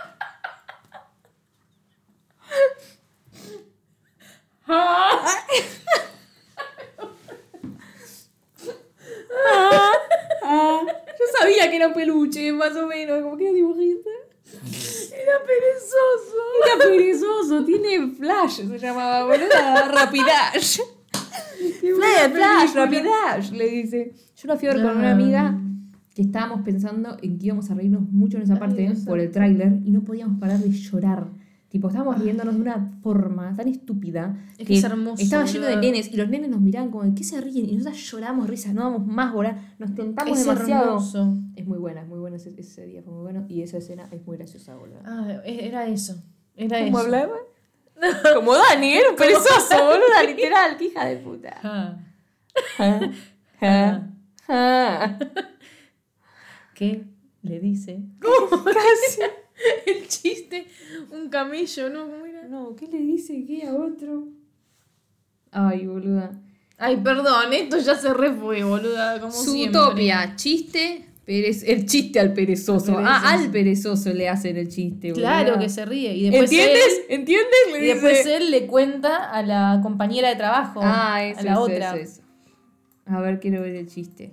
Yo sabía que era un peluche, más o menos, como que era dibujito. Era perezoso. Era perezoso, tiene flash, se llamaba, boluda. Rapidash. Flash, Rapidash, le dice. Yo la fui a ver con una amiga que estábamos pensando en que íbamos a reírnos mucho en esa Ay, parte Dios por el santo. tráiler y no podíamos parar de llorar. Tipo, estábamos riéndonos de una forma tan estúpida Es que es hermoso, estaba lleno de boluda. nenes y los nenes nos miraban como, ¿de qué se ríen? Y nosotras lloramos risas, no damos más volar, nos tentamos Es demasiado. hermoso. Es muy buena ese día, fue muy bueno y esa escena es muy graciosa, boludo. Ah, era eso. Era ¿Cómo eso. hablaba? Como Dani, era un perezoso, boluda, literal, qué hija de puta. Ah, Ja, ja, ja. ¿qué le dice? Casi. El chiste, un camello, ¿no? ¿Cómo era? No, ¿qué le dice qué a otro? Ay, boluda. Ay, perdón, esto ya se re fue, boluda, como siempre. Zootopia, chiste, el chiste al perezoso. Al Ah, perezoso. al perezoso le hacen el chiste, boluda. Claro que se ríe. Y después ¿Entiendes? ¿Entiendes? Le Él, y después dice. él le cuenta a la compañera de trabajo. Ah, eso, a la eso, otra. eso. A ver, quiero ver el chiste.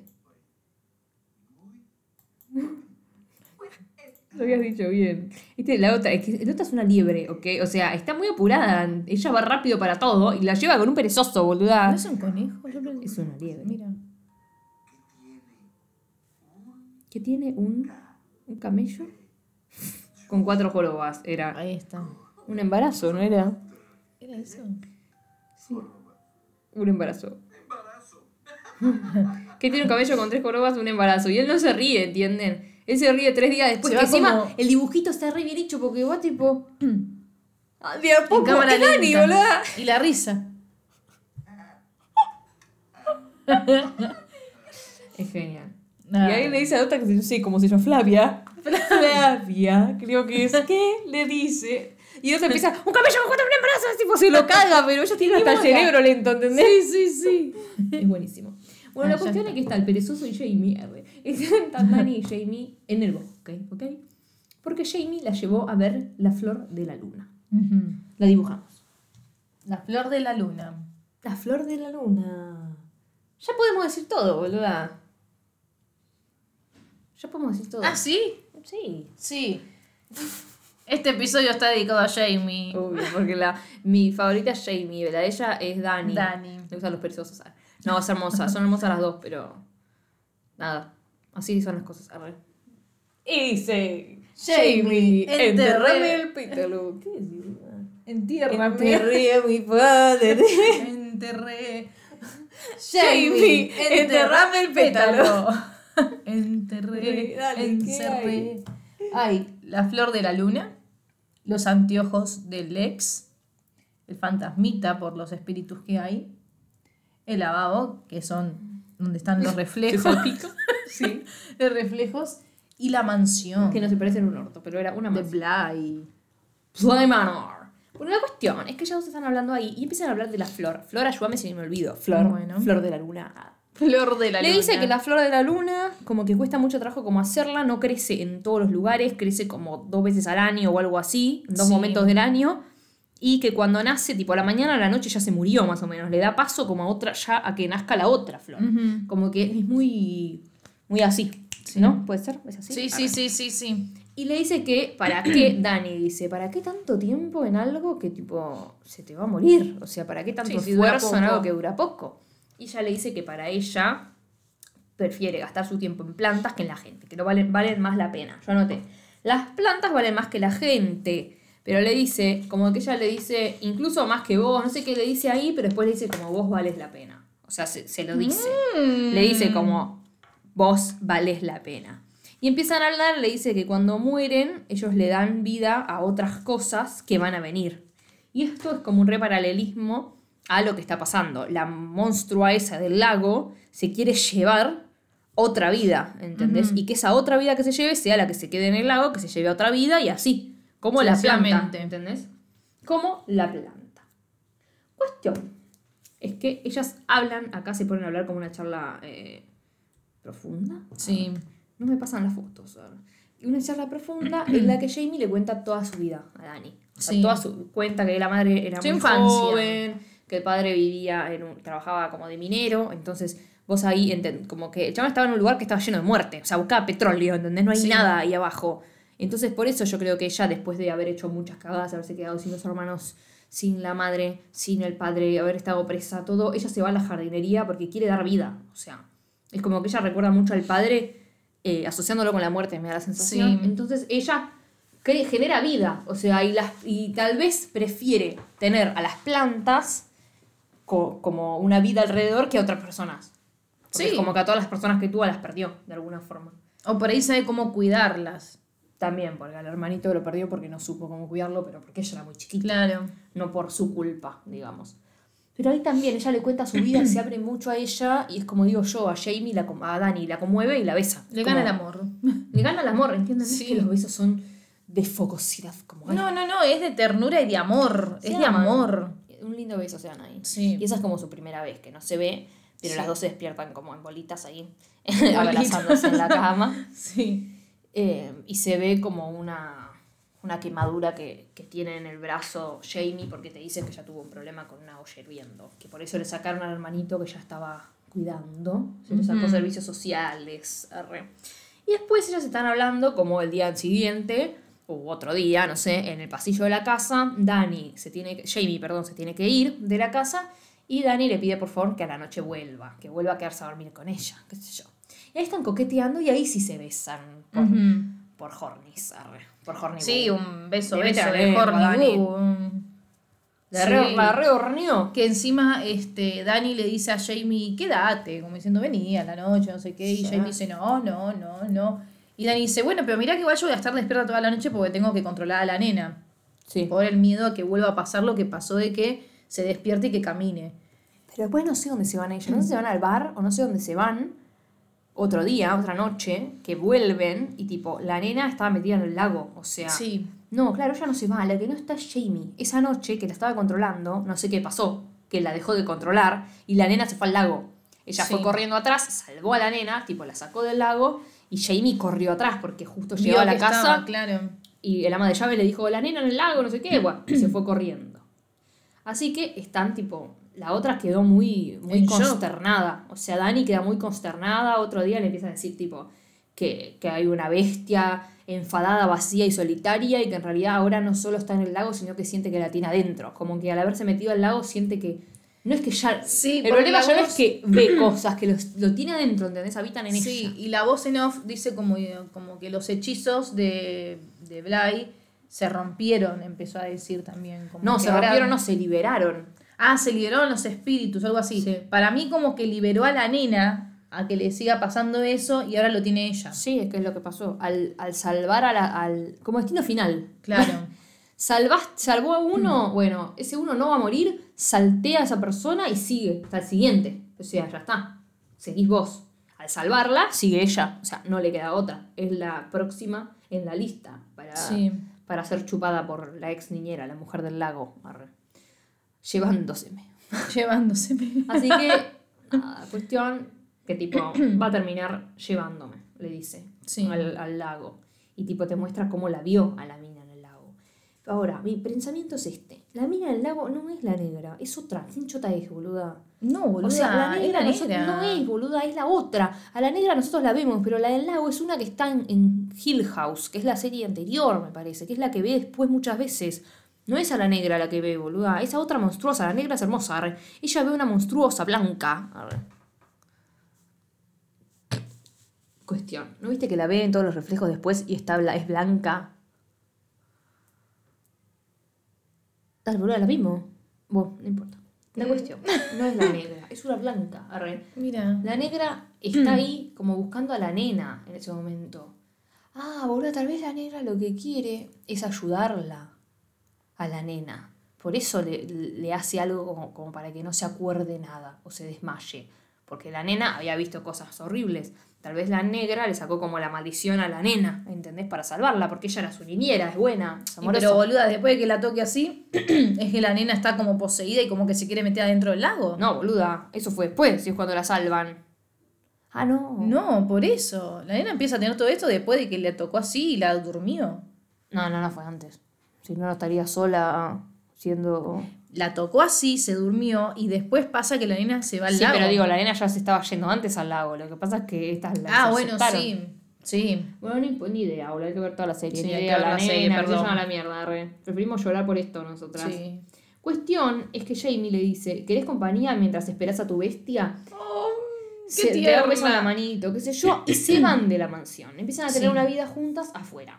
Lo habías dicho bien. La otra, es que la otra es una liebre, ¿ok? O sea, está muy apurada. Ella va rápido para todo y la lleva con un perezoso, boluda. ¿No es un conejo? Yo pensé- Es una liebre. Mira. ¿Qué tiene un camello? con 4 jorobas. Era Ahí está. un embarazo, ¿no era? ¿Era eso? Sí. Un embarazo. Que tiene un camello con 3 jorobas, un embarazo. Y él no se ríe, ¿entienden? Él se ríe 3 días después. Se Que va encima como- el dibujito está re bien hecho porque va tipo. De a En poco. cámara Es Dani, lenta. boluda. Y la risa. Es genial. Ah. Y ahí le dice a otra que no sé cómo se llama, Flavia. Flavia, creo que es. ¿Qué le dice? Y otra empieza, un camello con 4 embarazo, es tipo se lo caga, pero ella tiene hasta el cerebro lento, ¿entendés? Sí. Es buenísimo. Bueno, la Ya cuestión está. es que está el perezoso y Jamie, están Dani y Jamie en el bosque, ¿ok? Porque Jamie la llevó a ver la flor de la luna. Ujú. La dibujamos. La flor de la luna. La flor de la luna. Ya podemos decir todo, boluda. Ya podemos decir todo. ¿Ah, sí? Sí. Sí. Este episodio está dedicado a Jamie. Obvio, porque mi favorita es Jamie, la de ella es Dani. Dani. Me gustan los perezosos. No, es hermosa, son hermosas las dos, pero nada, así son las cosas. Arre. Y dice, Jamie, enterrame el pétalo. ¿Qué decís? Entiérrame. Enterré a mi padre. Enterré. Jamie, enterrame el pétalo. Enterré. Dale, ¿qué Encerré. Hay la flor de la luna, los anteojos del Lex, el fantasmita por los espíritus que hay, el lavabo, que son donde están los reflejos. Sí, los reflejos. Y la mansión Que no se parece en un orto, pero era una de más. Bly. Bly Manor. Bueno, la cuestión es que ya dos están hablando ahí y empiezan a hablar de la flor. Flor, ayúdame si me olvido. Flor, Bueno. flor de la luna. Flor de la Le luna. dice que la flor de la luna, como que cuesta mucho trabajo como hacerla, no crece en todos los lugares, crece como 2 veces al año o algo así, en 2 Sí. momentos del año, y que cuando nace, tipo a la mañana o a la noche ya se murió más o menos, le da paso como a otra, ya a que nazca la otra flor. Ujú. Como que es muy así, Sí. ¿no? ¿Puede ser? ¿Es así? Sí. Y le dice que, ¿para qué? Dani dice, ¿para qué tanto tiempo en algo que tipo se te va a morir? O sea, ¿para qué tanto Sí, si dura esfuerzo en poco. algo que dura poco? Y ella le dice que para ella prefiere gastar su tiempo en plantas que en la gente, que no valen más la pena. Yo anoté, las plantas valen más que la gente, pero le dice, como que ella le dice, incluso más que vos, no sé qué le dice ahí, pero después le dice como vos vales la pena. O sea, se lo dice. Le dice como, vos valés la pena. Y empiezan a hablar, le dice que cuando mueren, ellos le dan vida a otras cosas que van a venir. Y esto es como un re paralelismo a lo que está pasando. La monstrua esa del lago se quiere llevar otra vida, ¿entendés? Ujú. Y que esa otra vida que se lleve sea la que se quede en el lago, que se lleve a otra vida y así. Como la planta, Sucesivamente. ¿entendés? Como la planta. Cuestión es que ellas hablan, acá se ponen a hablar como una charla profunda. Sí. No me pasan las fotos ahora. Y una charla profunda en la que Jamie le cuenta toda su vida a Dani. O sea, Sí. cuenta que la madre era Su muy infancia. joven, que el padre vivía trabajaba como de minero, entonces vos ahí como que el chaval estaba en un lugar que estaba lleno de muerte, o sea, buscaba petróleo, ¿entendés? No hay Sí. nada ahí abajo. Entonces por eso yo creo que ella, después de haber hecho muchas cagadas, haberse quedado sin los hermanos, sin la madre, sin el padre, haber estado presa, todo, ella se va a la jardinería porque quiere dar vida. O sea, es como que ella recuerda mucho al padre asociándolo con la muerte, me da la sensación. Sí. Entonces ella genera vida, o sea, y tal vez prefiere tener a las plantas como una vida alrededor que a otras personas. Porque Sí. es como que a todas las personas que tuvo las perdió, de alguna forma. O por ahí sabe cómo cuidarlas. También, porque al hermanito lo perdió porque no supo cómo cuidarlo, pero porque ella era muy chiquita. Claro. No por su culpa, digamos. Pero ahí también ella le cuenta su vida, se abre mucho a ella, y es como digo yo, a Jamie, a Dani, la conmueve y la besa. Le Como- gana el amor. Le gana el amor, ¿entienden? Sí. Es que los besos son de fogosidad, como ay, No, es de ternura y de amor. se Es de aman. amor. Un lindo beso se dan ahí. Sí. Y esa es como su primera vez, que no se ve, pero Sí. las dos se despiertan como en bolitas ahí, Bolitas. abrazándose en la cama. Sí. Y se ve como una quemadura que tiene en el brazo Jamie, porque te dicen que ya tuvo un problema con una olla hirviendo, que por eso le sacaron al hermanito que ya estaba cuidando, se le sacó Ujú. servicios sociales, arre. Y después ellas están hablando como el día siguiente, u otro día, no sé, en el pasillo de la casa, Jamie, se tiene que ir de la casa, y Dani le pide por favor que a la noche vuelva, que vuelva a quedarse a dormir con ella, qué sé yo. Y ahí están coqueteando y ahí sí se besan por Hornies, por Horny Sí, Boo. un beso, Le mete beso la de lengua, Horny Dani. Boo. La rehorneó. Que encima Dani le dice a Jamie, quédate, como diciendo, vení a la noche, no sé qué. Y Sí. Jamie dice, no. Y Dani dice, bueno, pero mirá que igual yo voy a estar despierta toda la noche porque tengo que controlar a la nena. Sí. Por el miedo a que vuelva a pasar lo que pasó de que se despierte y que camine. Pero después no sé dónde se van ellos. No sé si se van al bar o no sé dónde se van. Otro día, otra noche, que vuelven y tipo, la nena estaba metida en el lago. O sea. Sí. No, claro, ella no se va. La que no está es Jamie. Esa noche que la estaba controlando, no sé qué pasó, que la dejó de controlar y la nena se fue al lago. Ella Sí. fue corriendo atrás, salvó a la nena, tipo la sacó del lago y Jamie corrió atrás porque justo llegó Vio a la que casa estaba, claro. y el ama de llave le dijo, la nena en el lago, no sé qué, bueno, y se fue corriendo. Así que están tipo, la otra quedó muy En shock. consternada. O sea, Dani queda muy consternada. Otro día le empieza a decir tipo que hay una bestia enfadada, vacía y solitaria y que en realidad ahora no solo está en el lago, sino que siente que la tiene adentro. Como que al haberse metido al lago siente que... No es que ya... Sí, el porque problema la ya no voz- es que ve cosas, que lo tiene adentro, ¿entendés? Habitan en Sí, ella. y la voz en off dice como que los hechizos de Bly se rompieron, empezó a decir también. Como No, que se ahora- rompieron, no, se liberaron. Ah, se liberaron los espíritus, algo así. Sí. Para mí como que liberó a la nena a que le siga pasando eso y ahora lo tiene ella. Sí, es que es lo que pasó. Al salvar al... Como destino final. Claro. Salvó a uno, bueno, ese uno no va a morir, saltea a esa persona y sigue hasta el siguiente. O sea, ya está. Seguís vos. Al salvarla, sigue ella. O sea, no le queda otra. Es la próxima en la lista Sí. para ser chupada por la ex niñera, la mujer del lago. Arre. Llevándoseme. Llevándoseme. Así que, nada, cuestión que tipo, va a terminar llevándome, le dice, Sí. al lago. Y tipo te muestra cómo la vio a la mina en el lago. Ahora, mi pensamiento es este. La mina en el lago no es la negra, es otra. ¿Quién chota es, boluda? No, boluda, O sea, la negra, es la negra. no es, boluda, es la otra. A la negra nosotros la vemos, pero la del lago es una que está en Hill House, que es la serie anterior, me parece, que es la que ve después muchas veces. No es a la negra la que ve, boluda, esa otra monstruosa. La negra es hermosa, arre. Ella ve una monstruosa blanca. Arre. Cuestión. ¿No viste que la ve en todos los reflejos después y es blanca? Dale, boluda, la vimos. Bueno, no importa. La cuestión. No es la negra, es una blanca. Arre. Mira. La negra está ahí como buscando a la nena en ese momento. Ah, boludo, tal vez la negra lo que quiere es ayudarla a la nena. Por eso le hace algo como para que no se acuerde nada o se desmaye. Porque la nena había visto cosas horribles. Tal vez la negra le sacó como la maldición a la nena, ¿entendés? Para salvarla, porque ella era su niñera, es buena, es Y amorosa. pero boluda, después de que la toque así, es que la nena está como poseída y como que se quiere meter adentro del lago. No, boluda, eso fue después, si es cuando la salvan. Ah, no. No, por eso. La nena empieza a tener todo esto después de que le tocó así y la durmió. No, fue antes. Si no, no estaría sola siendo... La tocó así, se durmió y después pasa que la nena se va al Sí, lago. pero digo, la nena ya se estaba yendo antes al lago. Lo que pasa es que estas las Ah, bueno, aceptaron. sí. Sí. Bueno, ni idea, boludo, hay que ver toda la serie. Sí, Ni hay idea, que ver la la serie, nena, que se perdón. llama la mierda, re. Preferimos llorar por esto nosotras. Sí. Cuestión es que Jamie le dice, ¿querés compañía mientras esperas a tu bestia? Oh, Se te da un beso en la manito, qué sé yo, y se van de la mansión. Empiezan a tener Sí. una vida juntas afuera.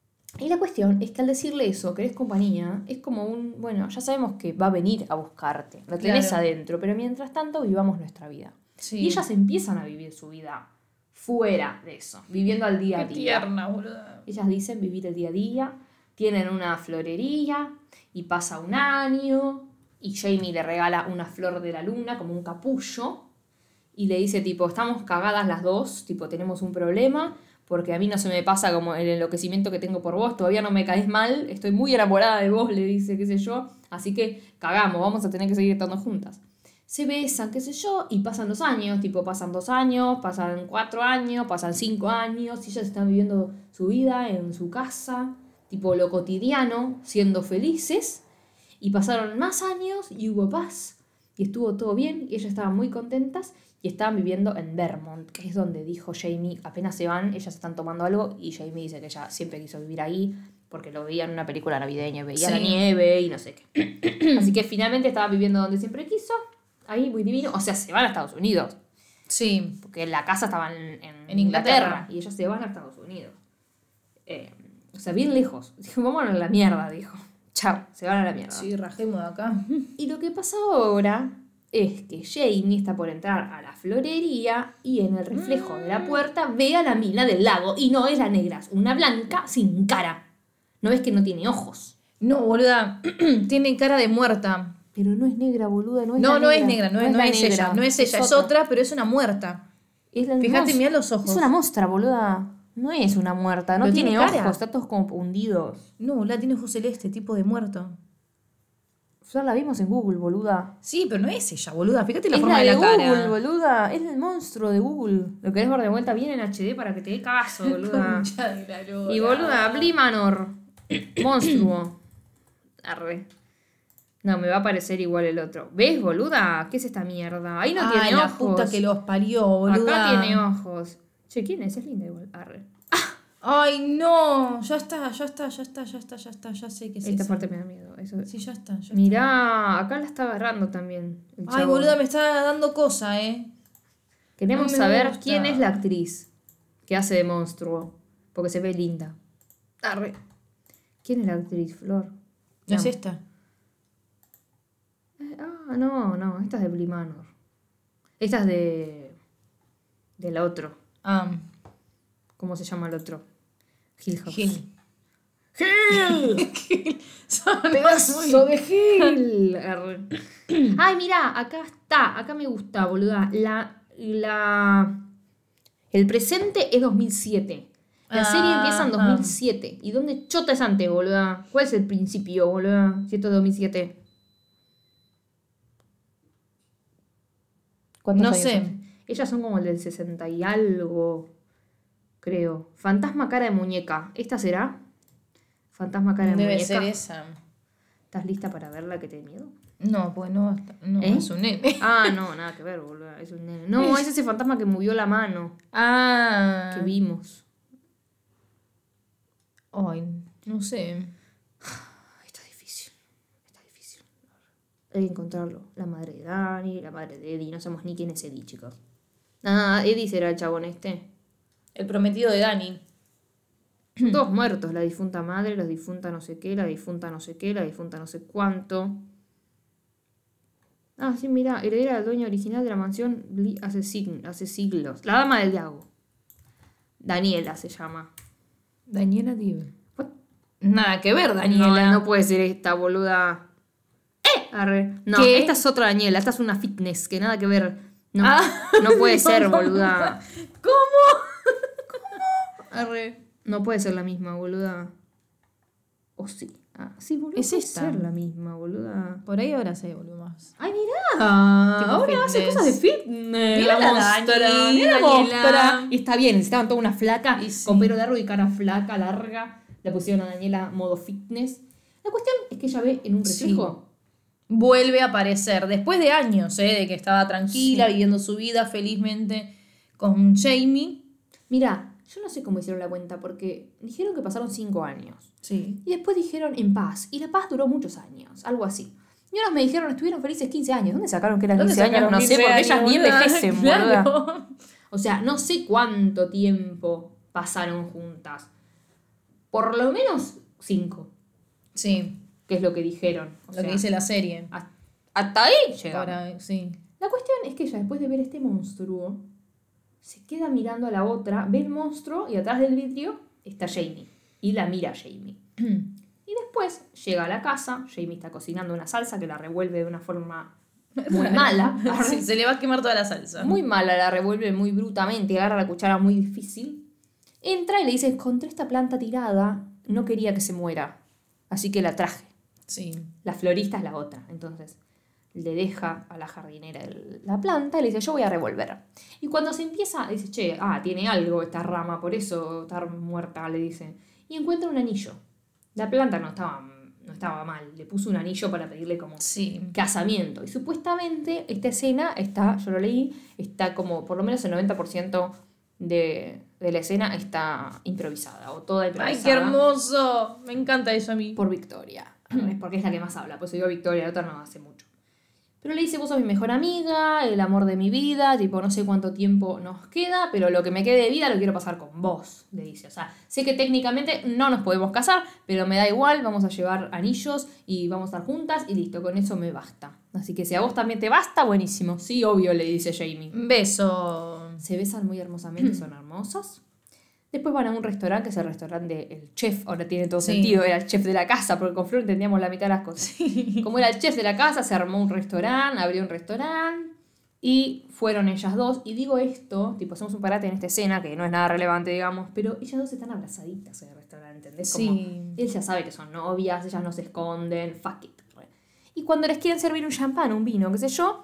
Y la cuestión es que al decirle eso, querés compañía, es como un, bueno, ya sabemos que va a venir a buscarte. Lo tenés Claro. adentro, pero mientras tanto vivamos nuestra vida. Sí. Y ellas empiezan a vivir su vida fuera de eso, viviendo al día a Qué día. tierna, boluda. Ellas dicen vivir el día a día, tienen una florería y pasa un año y Jamie le regala una flor de la luna como un capullo y le dice tipo, estamos cagadas las dos, tipo tenemos un problema porque a mí no se me pasa como el enloquecimiento que tengo por vos, todavía no me caes mal, estoy muy enamorada de vos, le dice, qué sé yo, así que cagamos, vamos a tener que seguir estando juntas. Se besan, qué sé yo, y pasan los años, tipo pasan 2 años, pasan 4 años, pasan 5 años, y ellas están viviendo su vida en su casa, tipo lo cotidiano, siendo felices, y pasaron más años y hubo paz, y estuvo todo bien, y ellas estaban muy contentas, y estaban viviendo en Vermont, que es donde dijo Jamie, apenas se van, ellas están tomando algo, y Jamie dice que ella siempre quiso vivir ahí, porque lo veía en una película navideña, veía Sí. la nieve y no sé qué. Así que finalmente estaba viviendo donde siempre quiso, ahí muy divino, o sea, se van a Estados Unidos, Sí. porque la casa estaba en En Inglaterra. y ellos se van a Estados Unidos. O sea, bien lejos. Dijo, vámonos a la mierda, dijo. Chao, se van a la mierda. Sí, rajemos de acá. Y lo que pasa ahora es que Jamie está por entrar a la florería y en el reflejo de la puerta ve a la mina del lago. Y no es la negra, es una blanca sin cara. ¿No ves que no tiene ojos? No, boluda. Tiene cara de muerta. Pero no es negra, boluda, no es No, la no negra. es negra, no es la ella. negra, No es ella, es otra, pero es una muerta. Es la Fíjate, mos- mirá los ojos. Es una mostra, boluda. No es una muerta, no Pero tiene tiene cara. ojos, está todos como hundidos. No, la tiene ojos celeste, tipo de muerto. Ya la vimos en Google, boluda. Sí, pero no es ella, boluda. Fíjate la Es forma la de de la Google, cara. boluda. Es el monstruo de Google. Lo querés ver de vuelta bien en HD para que te dé cagazo, boluda. Concha de la lora. Y boluda, Blimanor. Monstruo. Arre. No, me va a parecer igual el otro. ¿Ves, boluda? ¿Qué es esta mierda? Ahí no Ay, tiene la ojos. puta que los parió, boluda. Acá tiene ojos. Che, ¿quién es? Es linda igual. Arre. Ay, no. Ya está. Ya sé que es Esta esa. parte me da miedo. Eso. Sí, ya está. Mirá, acá la está agarrando también. El Ay, chabón. boluda, me está dando cosa, Queremos no me saber gusta. quién es la actriz que hace de monstruo. Porque se ve linda. Arre. ¿Quién es la actriz, Flor? ¿No es esta? No. Esta es de Blimanor. Esta es de. Del otro. Ah, ¿Cómo se llama el otro? Hill House. Gil. ¡Gil! Son ¡Pedazo de Gil! Arre. Ay, mirá, acá está. Acá me gusta, boluda. El presente es 2007. La serie empieza en 2007. ¿Y dónde chota es antes, boluda? ¿Cuál es el principio, boluda? Si esto es 2007. ¿Cuántos No años sé. son? Ellas son como el del 60 y algo, creo. Fantasma cara de muñeca. ¿Esta será? Fantasma cara de Debe muñeca. ser esa. ¿Estás lista para verla que te dé miedo? No, pues no, no ¿Eh? es un nene. Ah, no, nada que ver, boludo. Es un nene. No, es ese fantasma que movió la mano Ah. que vimos. Ay, no sé. Está difícil. Está difícil. Hay que encontrarlo. La madre de Dani, la madre de Eddie. No sabemos ni quién es Eddie, chicos. Ah, Eddie será el chabón este. El prometido de Dani. Todos muertos. La difunta madre, la difunta no sé qué, la difunta no sé qué, la difunta no sé cuánto. Ah, sí, mira, heredera del dueño original de la mansión hace siglos. La dama del lago. Daniela se llama. Daniela Dive. What? Nada que ver, Daniela. No, no puede ser esta, boluda. Arre. No, ¿Qué? esta es otra Daniela. Esta es una fitness, que nada que ver. No, Ah, no puede no, ser, no, boluda. ¿Cómo? Arre. No puede ser la misma, boluda. O sí. Ah, sí, boluda. Es puede esta. ser la misma, boluda. Por ahí ahora se volvió más. Ay, mirá. Tipo Ahora hace fitness. cosas de fitness. Mira la monstrua, Dani, mira la Daniela. monstrua. Y está bien, necesitaban toda una flaca Y sí. con pelo largo y cara flaca, larga. Le pusieron a Daniela modo fitness. La cuestión es que ella ve en un reflejo. Vuelve a aparecer después de años, de que estaba tranquila, Sí. viviendo su vida felizmente con Jamie. Mira, yo no sé cómo hicieron la cuenta porque dijeron que pasaron 5 años. Sí. Y después dijeron en paz. Y la paz duró muchos años, algo así. Y otros me dijeron estuvieron felices 15 años. ¿Dónde sacaron que eran 15 años? No sé, porque ellas ni envejecen, boluda. Claro. O sea, no sé cuánto tiempo pasaron juntas. Por lo menos 5, Sí, que es lo que dijeron. O lo sea, que dice la serie. hasta ahí llegamos. Ahora, sí. La cuestión es que ella, después de ver este monstruo, se queda mirando a la otra, ve el monstruo y atrás del vidrio está Jamie. Y la mira a Jamie. Y después llega a la casa, Jamie está cocinando una salsa que la revuelve de una forma muy mala. Sí, se le va a quemar toda la salsa. Muy mala, la revuelve muy brutamente, agarra la cuchara muy difícil. Entra y le dice, encontré esta planta tirada, no quería que se muera, así que la traje. Sí. La florista es la otra, entonces le deja a la jardinera la planta y le dice, yo voy a revolver. Y cuando se empieza, dice, che, tiene algo esta rama, por eso está muerta, le dice. Y encuentra un anillo. La planta no estaba mal, le puso un anillo para pedirle como Sí. casamiento. Y supuestamente esta escena está, yo lo leí, está como por lo menos el 90% de la escena está improvisada, o toda improvisada. ¡Ay, qué hermoso! Me encanta eso a mí. Por Victoria. Porque es la que más habla, pues yo digo Victoria, la otra no hace mucho. Pero le dice, vos sos mi mejor amiga, el amor de mi vida, tipo, no sé cuánto tiempo nos queda, pero lo que me quede de vida lo quiero pasar con vos, le dice. O sea, sé que técnicamente no nos podemos casar, pero me da igual, vamos a llevar anillos y vamos a estar juntas y listo, con eso me basta. Así que si a vos también te basta, buenísimo. Sí, obvio, le dice Jamie. Beso. Se besan muy hermosamente, son hermosos. Después van a un restaurante, que es el restaurante del chef. Ahora tiene todo sentido, era el chef de la casa, porque con Flor entendíamos la mitad de las cosas. Sí. Como era el chef de la casa, se armó un restaurante, abrió un restaurante y fueron ellas dos. Y digo esto, tipo, hacemos un parate en esta escena, que no es nada relevante, digamos, pero ellas dos están abrazaditas en el restaurante, ¿entendés? Como Sí. él ya sabe que son novias, ellas no se esconden, fuck it. Y cuando les quieren servir un champán, un vino, qué sé yo,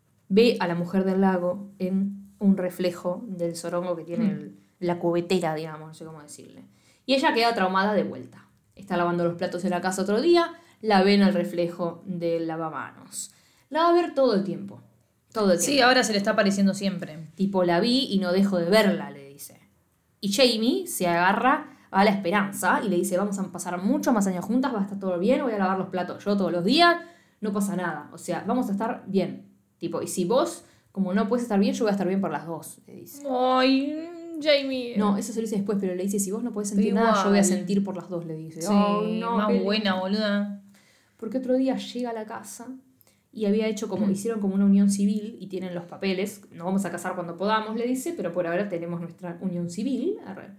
ve a la mujer del lago en un reflejo del zorongo que tiene la cubetera, digamos, no sé cómo decirle. Y ella queda traumada de vuelta. Está lavando los platos en la casa otro día, la ve en el reflejo del lavamanos. La va a ver todo el tiempo. Todo el tiempo. Sí, ahora se le está apareciendo siempre. Tipo, la vi y no dejo de verla, le dice. Y Jamie se agarra a la esperanza y le dice, vamos a pasar muchos más años juntas, va a estar todo bien, voy a lavar los platos yo todos los días, no pasa nada. O sea, vamos a estar bien. Tipo, y si vos, como no puedes estar bien, yo voy a estar bien por las dos, le dice. Ay, Jamie. No, eso se lo dice después, pero le dice, si vos no podés sentir Igual. nada, yo voy a sentir por las dos, le dice. Sí, Ay, no, más qué buena, lindo. boluda. Porque otro día llega a la casa y había hecho como, hicieron como una unión civil y tienen los papeles, nos vamos a casar cuando podamos, le dice, pero por ahora tenemos nuestra unión civil.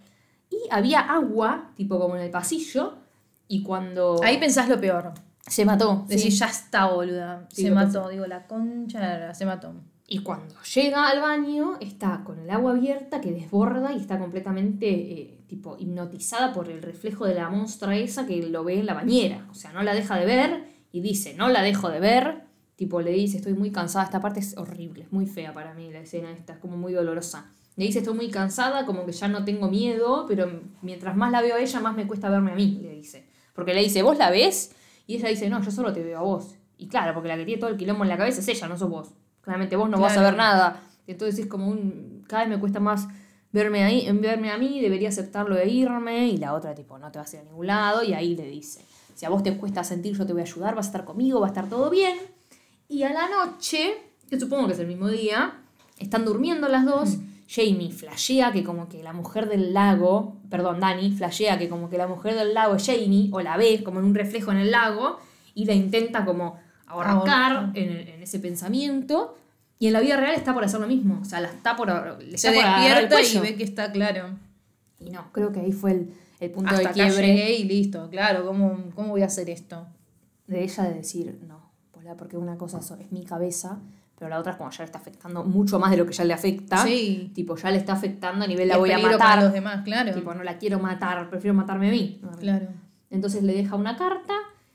Y había agua, tipo como en el pasillo, y cuando... Ahí pensás lo peor. se mató. Decís, sí. ya está, boluda. Sí, Se lo mató, digo, la concha, de la lora, se mató. Y cuando llega al baño, está con el agua abierta que desborda y está completamente tipo hipnotizada por el reflejo de la monstra esa que lo ve en la bañera. O sea, no la deja de ver y dice, no la dejo de ver. Tipo, le dice, estoy muy cansada. Esta parte es horrible, es muy fea para mí la escena esta, es como muy dolorosa. Le dice, estoy muy cansada, como que ya no tengo miedo, pero mientras más la veo a ella, más me cuesta verme a mí, le dice. Porque le dice, ¿vos la ves? Y ella dice, no, yo solo te veo a vos. Y claro, porque la que tiene todo el quilombo en la cabeza es ella, no sos vos. Claramente vos no vas a ver nada. Entonces es como cada vez me cuesta más verme a mí, debería aceptarlo e irme. Y la otra tipo, no te vas a ir a ningún lado. Y ahí le dice, si a vos te cuesta sentir, yo te voy a ayudar, vas a estar conmigo, va a estar todo bien. Y a la noche, que supongo que es el mismo día, están durmiendo las dos. Jamie flashea que como que la mujer del lago, Dani flashea que como que la mujer del lago es Jamie, o la ve como en un reflejo en el lago, y la intenta como ahorcar en ese pensamiento. Y en la vida real está por hacer lo mismo. O sea, le está por agarrar el despierta y cuello. ve que está claro. Y no, creo que ahí fue el punto Hasta de acá quiebre llegué y listo, claro, ¿cómo voy a hacer esto? de ella de decir, no, porque una cosa es mi cabeza, pero la otra es como ya le está afectando mucho más de lo que ya le afecta. Sí. Tipo, ya le está afectando a nivel Y la es voy a peligro matar. para los demás, claro. Tipo, no la quiero matar, prefiero matarme a mí. Claro. Entonces le deja una carta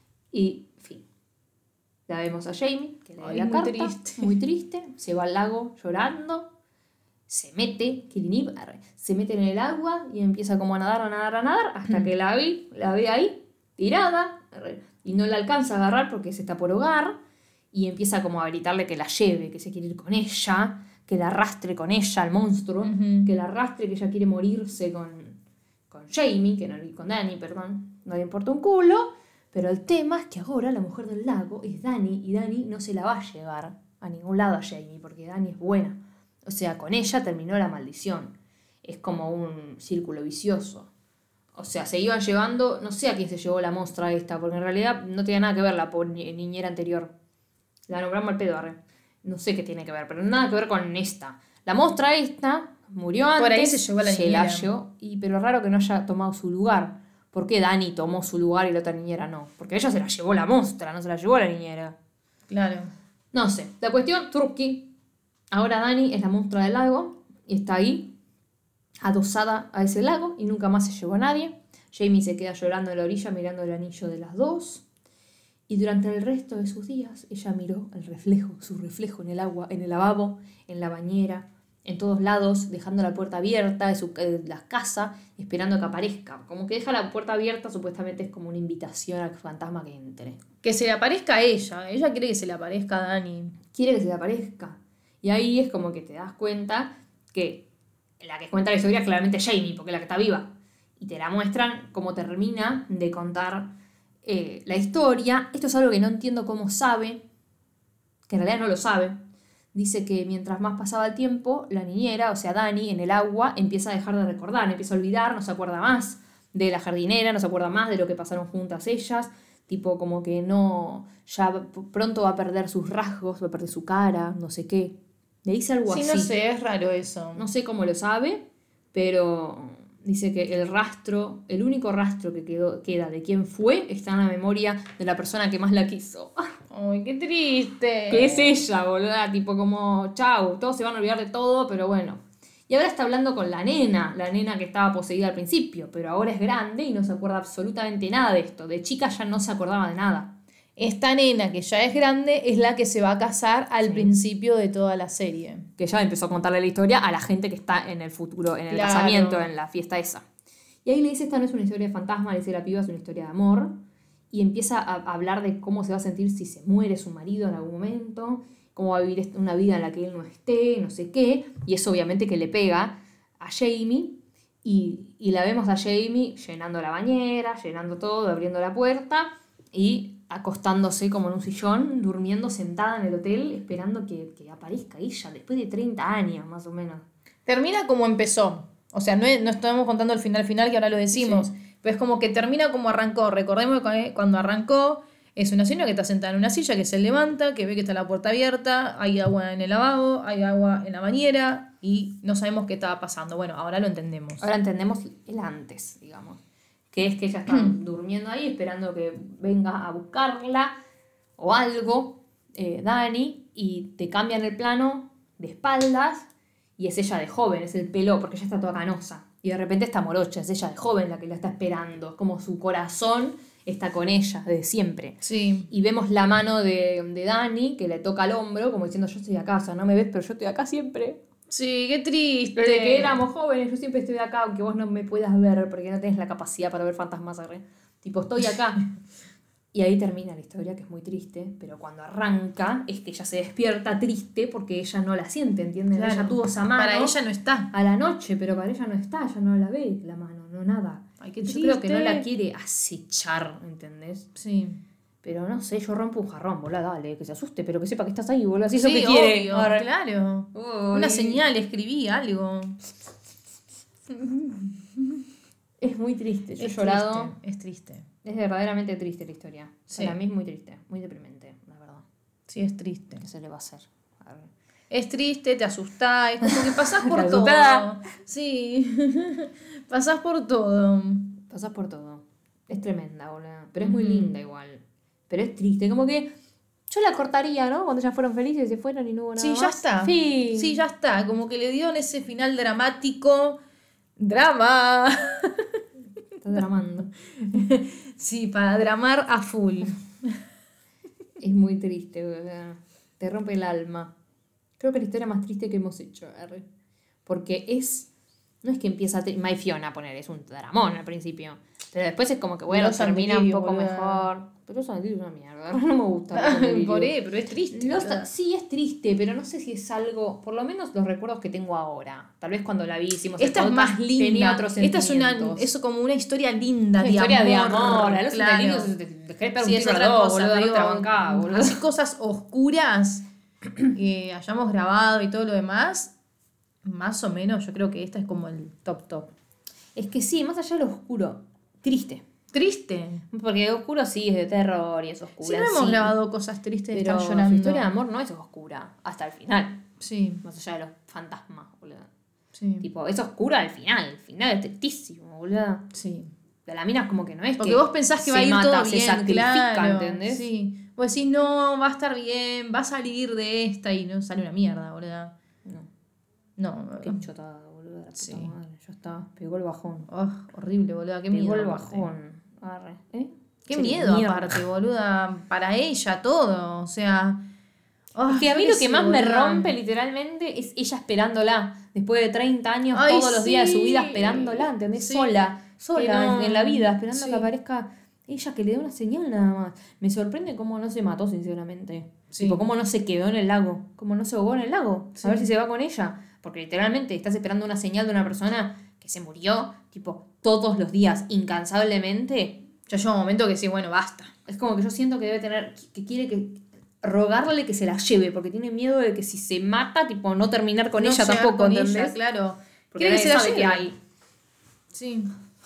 y fin. La vemos a Jamie, que le da la muy carta. triste. Muy triste. Se va al lago llorando. Se mete, se mete en el agua y empieza como a nadar, hasta que la ve ahí, tirada, y no la alcanza a agarrar porque se está por ahogar, y empieza como a gritarle que la lleve, que se quiere ir con ella, que la arrastre con ella al monstruo, que la arrastre, que ella quiere morirse con Jamie, con Dani, perdón, no le importa un culo, pero el tema es que ahora la mujer del lago es Dani, y Dani no se la va a llevar a ningún lado a Jamie, porque Dani es buena. O sea, con ella terminó la maldición. Es como un círculo vicioso. O sea, se iban llevando, no sé a quién se llevó la mostra esta, porque en realidad no tenía nada que ver la niñera anterior. La nombramos al pedo, arre. No sé qué tiene que ver, pero nada que ver con esta. La mostra esta murió antes. Por ahí se llevó a la niñera. La llevó, pero raro que no haya tomado su lugar. ¿Por qué Dani tomó su lugar y la otra niñera no? Porque ella se la llevó la mostra, no se la llevó la niñera. Claro. No sé. La cuestión, Turkey. Ahora Dani es la monstrua del lago y está ahí, adosada a ese lago, y nunca más se llevó a nadie. Jamie se queda llorando en la orilla mirando el anillo de las dos. Y durante el resto de sus días, ella miró su reflejo en el agua, en el lavabo, en la bañera, en todos lados, dejando la puerta abierta de la casa, esperando que aparezca. Como que deja la puerta abierta, supuestamente es como una invitación al fantasma que entre. Que se le aparezca a ella. Ella quiere que se le aparezca a Dani. Quiere que se le aparezca. Y ahí es como que te das cuenta que la que cuenta la historia es claramente Jamie, porque es la que está viva. Y te la muestran cómo termina de contar la historia. Esto es algo que no entiendo cómo sabe que en realidad no lo sabe. Dice que mientras más pasaba el tiempo, la niñera, o sea, Dani, en el agua, empieza a dejar de recordar, empieza a olvidar, no se acuerda más de la jardinera, no se acuerda más de lo que pasaron juntas ellas, tipo como que no, ya pronto va a perder sus rasgos, va a perder su cara, no sé qué. Le dice algo Sí, así. no sé, es raro eso. No sé cómo lo sabe, pero dice que el único rastro que queda de quién fue, está en la memoria de la persona que más la quiso. Ay, qué triste. Que es ella, boluda, tipo como, chau, todos se van a olvidar de todo, pero bueno. Y ahora está hablando con la nena que estaba poseída al principio, pero ahora es grande y no se acuerda absolutamente nada de esto. De chica ya no se acordaba de nada. Esta nena, que ya es grande, es la que se va a casar al principio de toda la serie. Que ya empezó a contarle la historia a la gente que está en el futuro, en el Claro. casamiento, en la fiesta esa. Y ahí le dice, esta no es una historia de fantasma, le dice la piba, es una historia de amor. Y empieza a hablar de cómo se va a sentir si se muere su marido en algún momento, cómo va a vivir una vida en la que él no esté, no sé qué. Y eso obviamente que le pega a Jamie. Y la vemos a Jamie llenando la bañera, llenando todo, abriendo la puerta y acostándose como en un sillón, durmiendo sentada en el hotel, esperando que aparezca ella, después de 30 años más o menos. Termina como empezó. O sea, no estamos contando el final que ahora lo decimos. Sí. Pero es como que termina como arrancó. Recordemos que cuando arrancó, es una señora que está sentada en una silla, que se levanta, que ve que está la puerta abierta, hay agua en el lavabo, hay agua en la bañera y no sabemos qué estaba pasando. Bueno, ahora lo entendemos. Ahora entendemos el antes, digamos. Que es que ella está durmiendo ahí esperando que venga a buscarla o algo, Dani, y te cambian el plano de espaldas y es ella de joven, es el pelo, porque ella está toda canosa. Y de repente está morocha, es ella de joven la que la está esperando. Es como su corazón está con ella desde siempre. Sí. Y vemos la mano de Dani que le toca al hombro, como diciendo, yo estoy acá, o sea, no me ves, pero yo estoy acá siempre. Sí, qué triste. Desde que éramos jóvenes, yo siempre estoy acá, aunque vos no me puedas ver, porque no tenés la capacidad para ver fantasmas. Tipo, estoy acá. Y ahí termina la historia, que es muy triste, pero cuando arranca es que ella se despierta triste porque ella no la siente, ¿entiendes? Claro. Ella tuvo esa mano Para ella no está. a la noche, pero para ella no está, ella no la ve la mano, no nada. Ay, qué Yo triste. creo que no la quiere acechar, ¿entendés? Sí. Pero no sé, yo rompo un jarrón, boludo, dale, que se asuste, pero que sepa que estás ahí, boludo, así es lo Sí, que quiere. obvio, Arre. claro. Uy. Una señal, escribí algo. Es muy triste, yo he Es llorado. triste, es triste. Es verdaderamente triste la historia. Sí. Para mí es muy triste, muy deprimente, la verdad. Sí, es triste. ¿Qué se le va a hacer? A ver. Es triste, te asustás, es como que pasás por Te todo. asustás. Sí, pasás por todo. Pasás por todo. Es tremenda, boludo. Pero es muy linda igual. Pero es triste, como que yo la cortaría, ¿no? Cuando ya fueron felices, se fueron y no hubo nada Sí, más. ya está. Sí. Sí, ya está. Como que le dio en ese final dramático. ¡Drama! Estás dramando. Sí, para dramar a full. Es muy triste, boludo. Te rompe el alma. Creo que es la historia más triste que hemos hecho, Harry. Porque no es que empieza My Fiona, poner, es un dramón al principio. Pero después es como que, bueno, Los termina un Antiquillos, poco boluda. mejor. Pero los Antiquillos es una mierda. No me gusta. Los Antiquillos. Pero es triste. ¿verdad? Sí, es triste, pero no sé si es algo, por lo menos los recuerdos que tengo ahora. Tal vez cuando la vi, hicimos Esta el es podcast, más linda. tenía otros Esta es sentimientos. eso como una historia linda, Una historia de amor. A los claro. Antiquillos te querés pegar Sí, un es tiro a otra dos, cosa, boludo, no digo, te la bancás, boludo. así cosas oscuras que hayamos grabado y todo lo demás, más o menos yo creo que esta es como el top. Es que sí, más allá de lo oscuro, triste. Triste. Porque oscuro sí es de terror y es oscura. Si no hemos grabado cosas tristes de pero estar su llorando. historia de amor no es oscura hasta el final. Sí, Más allá de los fantasmas, boludo. sí. Tipo, es oscura al final. El final es tristísimo, boludo. Sí. De la mina es como que no es Porque que vos pensás que va a se ir mata, todo se bien, sacrifica, claro. ¿entendés? Sí. Vos decís, no, va a estar bien, va a salir de esta y no sale una mierda, boludo. No, No, qué chotada, boludo. La puta Sí. madre. Ya está, pegó el bajón. horrible, boludo. Qué Pegó miedo. el aparte. bajón. Arre. Qué Sí, miedo, mierda. aparte, boluda. Para ella, todo. O sea. Es que a mí lo que más me boluda. rompe literalmente es ella esperándola. Después de 30 años, Ay, todos los días de su vida sí. esperándola, ¿entendés? Sí. Sola Que no. en la vida, esperando Sí. que aparezca ella, que le dé una señal nada más. Me sorprende cómo no se mató, sinceramente. Sí. Tipo, cómo no se quedó en el lago, cómo no se ahogó en el lago. Sí. A ver si se va con ella. Porque literalmente estás esperando una señal de una persona que se murió, tipo, todos los días, incansablemente. Ya llega un momento que sí, bueno, basta. Es como que yo siento que debe tener, que quiere que rogarle que se la lleve, porque tiene miedo de que si se mata, tipo, no terminar con No ella llegar tampoco, con ¿entendés? ella, claro. Porque Quiere que se la sabe lleve. que hay. Sí.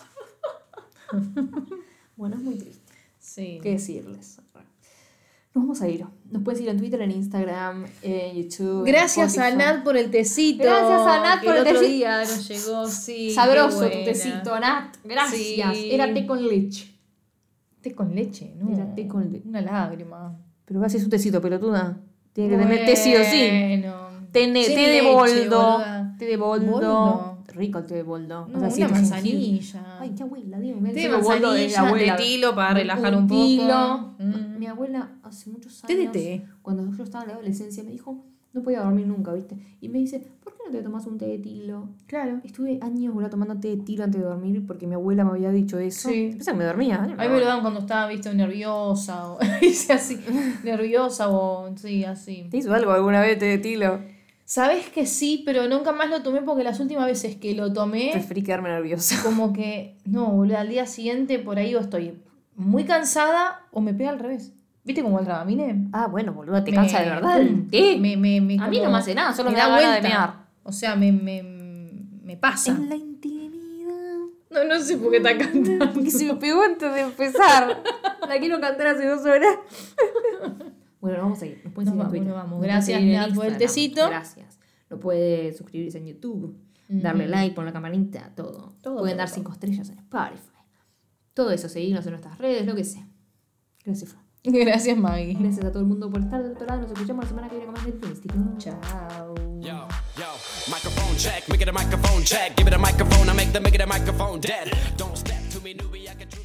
Bueno, es muy triste. Sí. ¿Qué decirles? Nos vamos a ir. Nos pueden seguir en Twitter, en Instagram, en YouTube. Gracias en a Spotify. Nat por el tecito. Gracias a Nat que por el otro tecito. día nos llegó, sí. Sabroso qué tu buena. tecito, Nat. Gracias. Sí. Era té con leche. Té con leche, ¿no? Era té con leche. Una lágrima. Pero casi es un tecito, pelotuda. Tiene que tener té sí o sí. Bueno. Té Sin de leche, boldo. boluda. Té de boldo. ¿Boldo? Rico el té de boldo. No, sí, una té manzanilla. Ay, qué abuela, dime. Té de manzanilla, de tilo para relajar un poco. Tilo. Mm. Mi abuela hace muchos Té de años, té. cuando yo estaba en la adolescencia, me dijo, no podía dormir nunca, ¿viste? Y me dice, ¿por qué no te tomas un té de tilo? Claro. Estuve años tomando té de tilo antes de dormir porque mi abuela me había dicho eso. Sí. Pensé que me dormía. A mí me lo dan cuando estaba, viste, nerviosa o hice así, nerviosa o sí, así. ¿Te hizo algo alguna vez té de tilo? Sabes que sí, pero nunca más lo tomé porque las últimas veces que lo tomé, Preferí quedarme nerviosa. como que, no, boludo, al día siguiente por ahí o estoy muy cansada o me pega al revés. ¿Viste como el Dramamine? Ah, bueno, boluda, te Me- cansa de verdad. pum, ¿Qué? a mí no como- me hace nada, solo me da da ganas de vuelta. mear. O sea, me pasa. En la intimidad. No sé por qué está cantando. Porque se me pegó antes de empezar. La quiero cantar hace 2 horas. Bueno, vamos a ir. Nos pueden seguir Nos en vamos, Twitter. nos vamos. Nos pueden Gracias, seguir en Nat, por el Instagram. tecito. Gracias. No puede suscribirse en YouTube, darle like, poner la campanita, todo. Todo, Pueden todo, dar 5 estrellas en Spotify. Todo eso, seguirnos en nuestras redes, lo que sea. Gracias, Fran. Gracias, Maggie. Gracias a todo el mundo por estar del otro lado. Nos escuchamos la semana que viene con más del Místico. Chao. Yo, microphone check, make it a microphone check. Give it a microphone, I make it a microphone dead. Don't step to me, newbie, I can truly.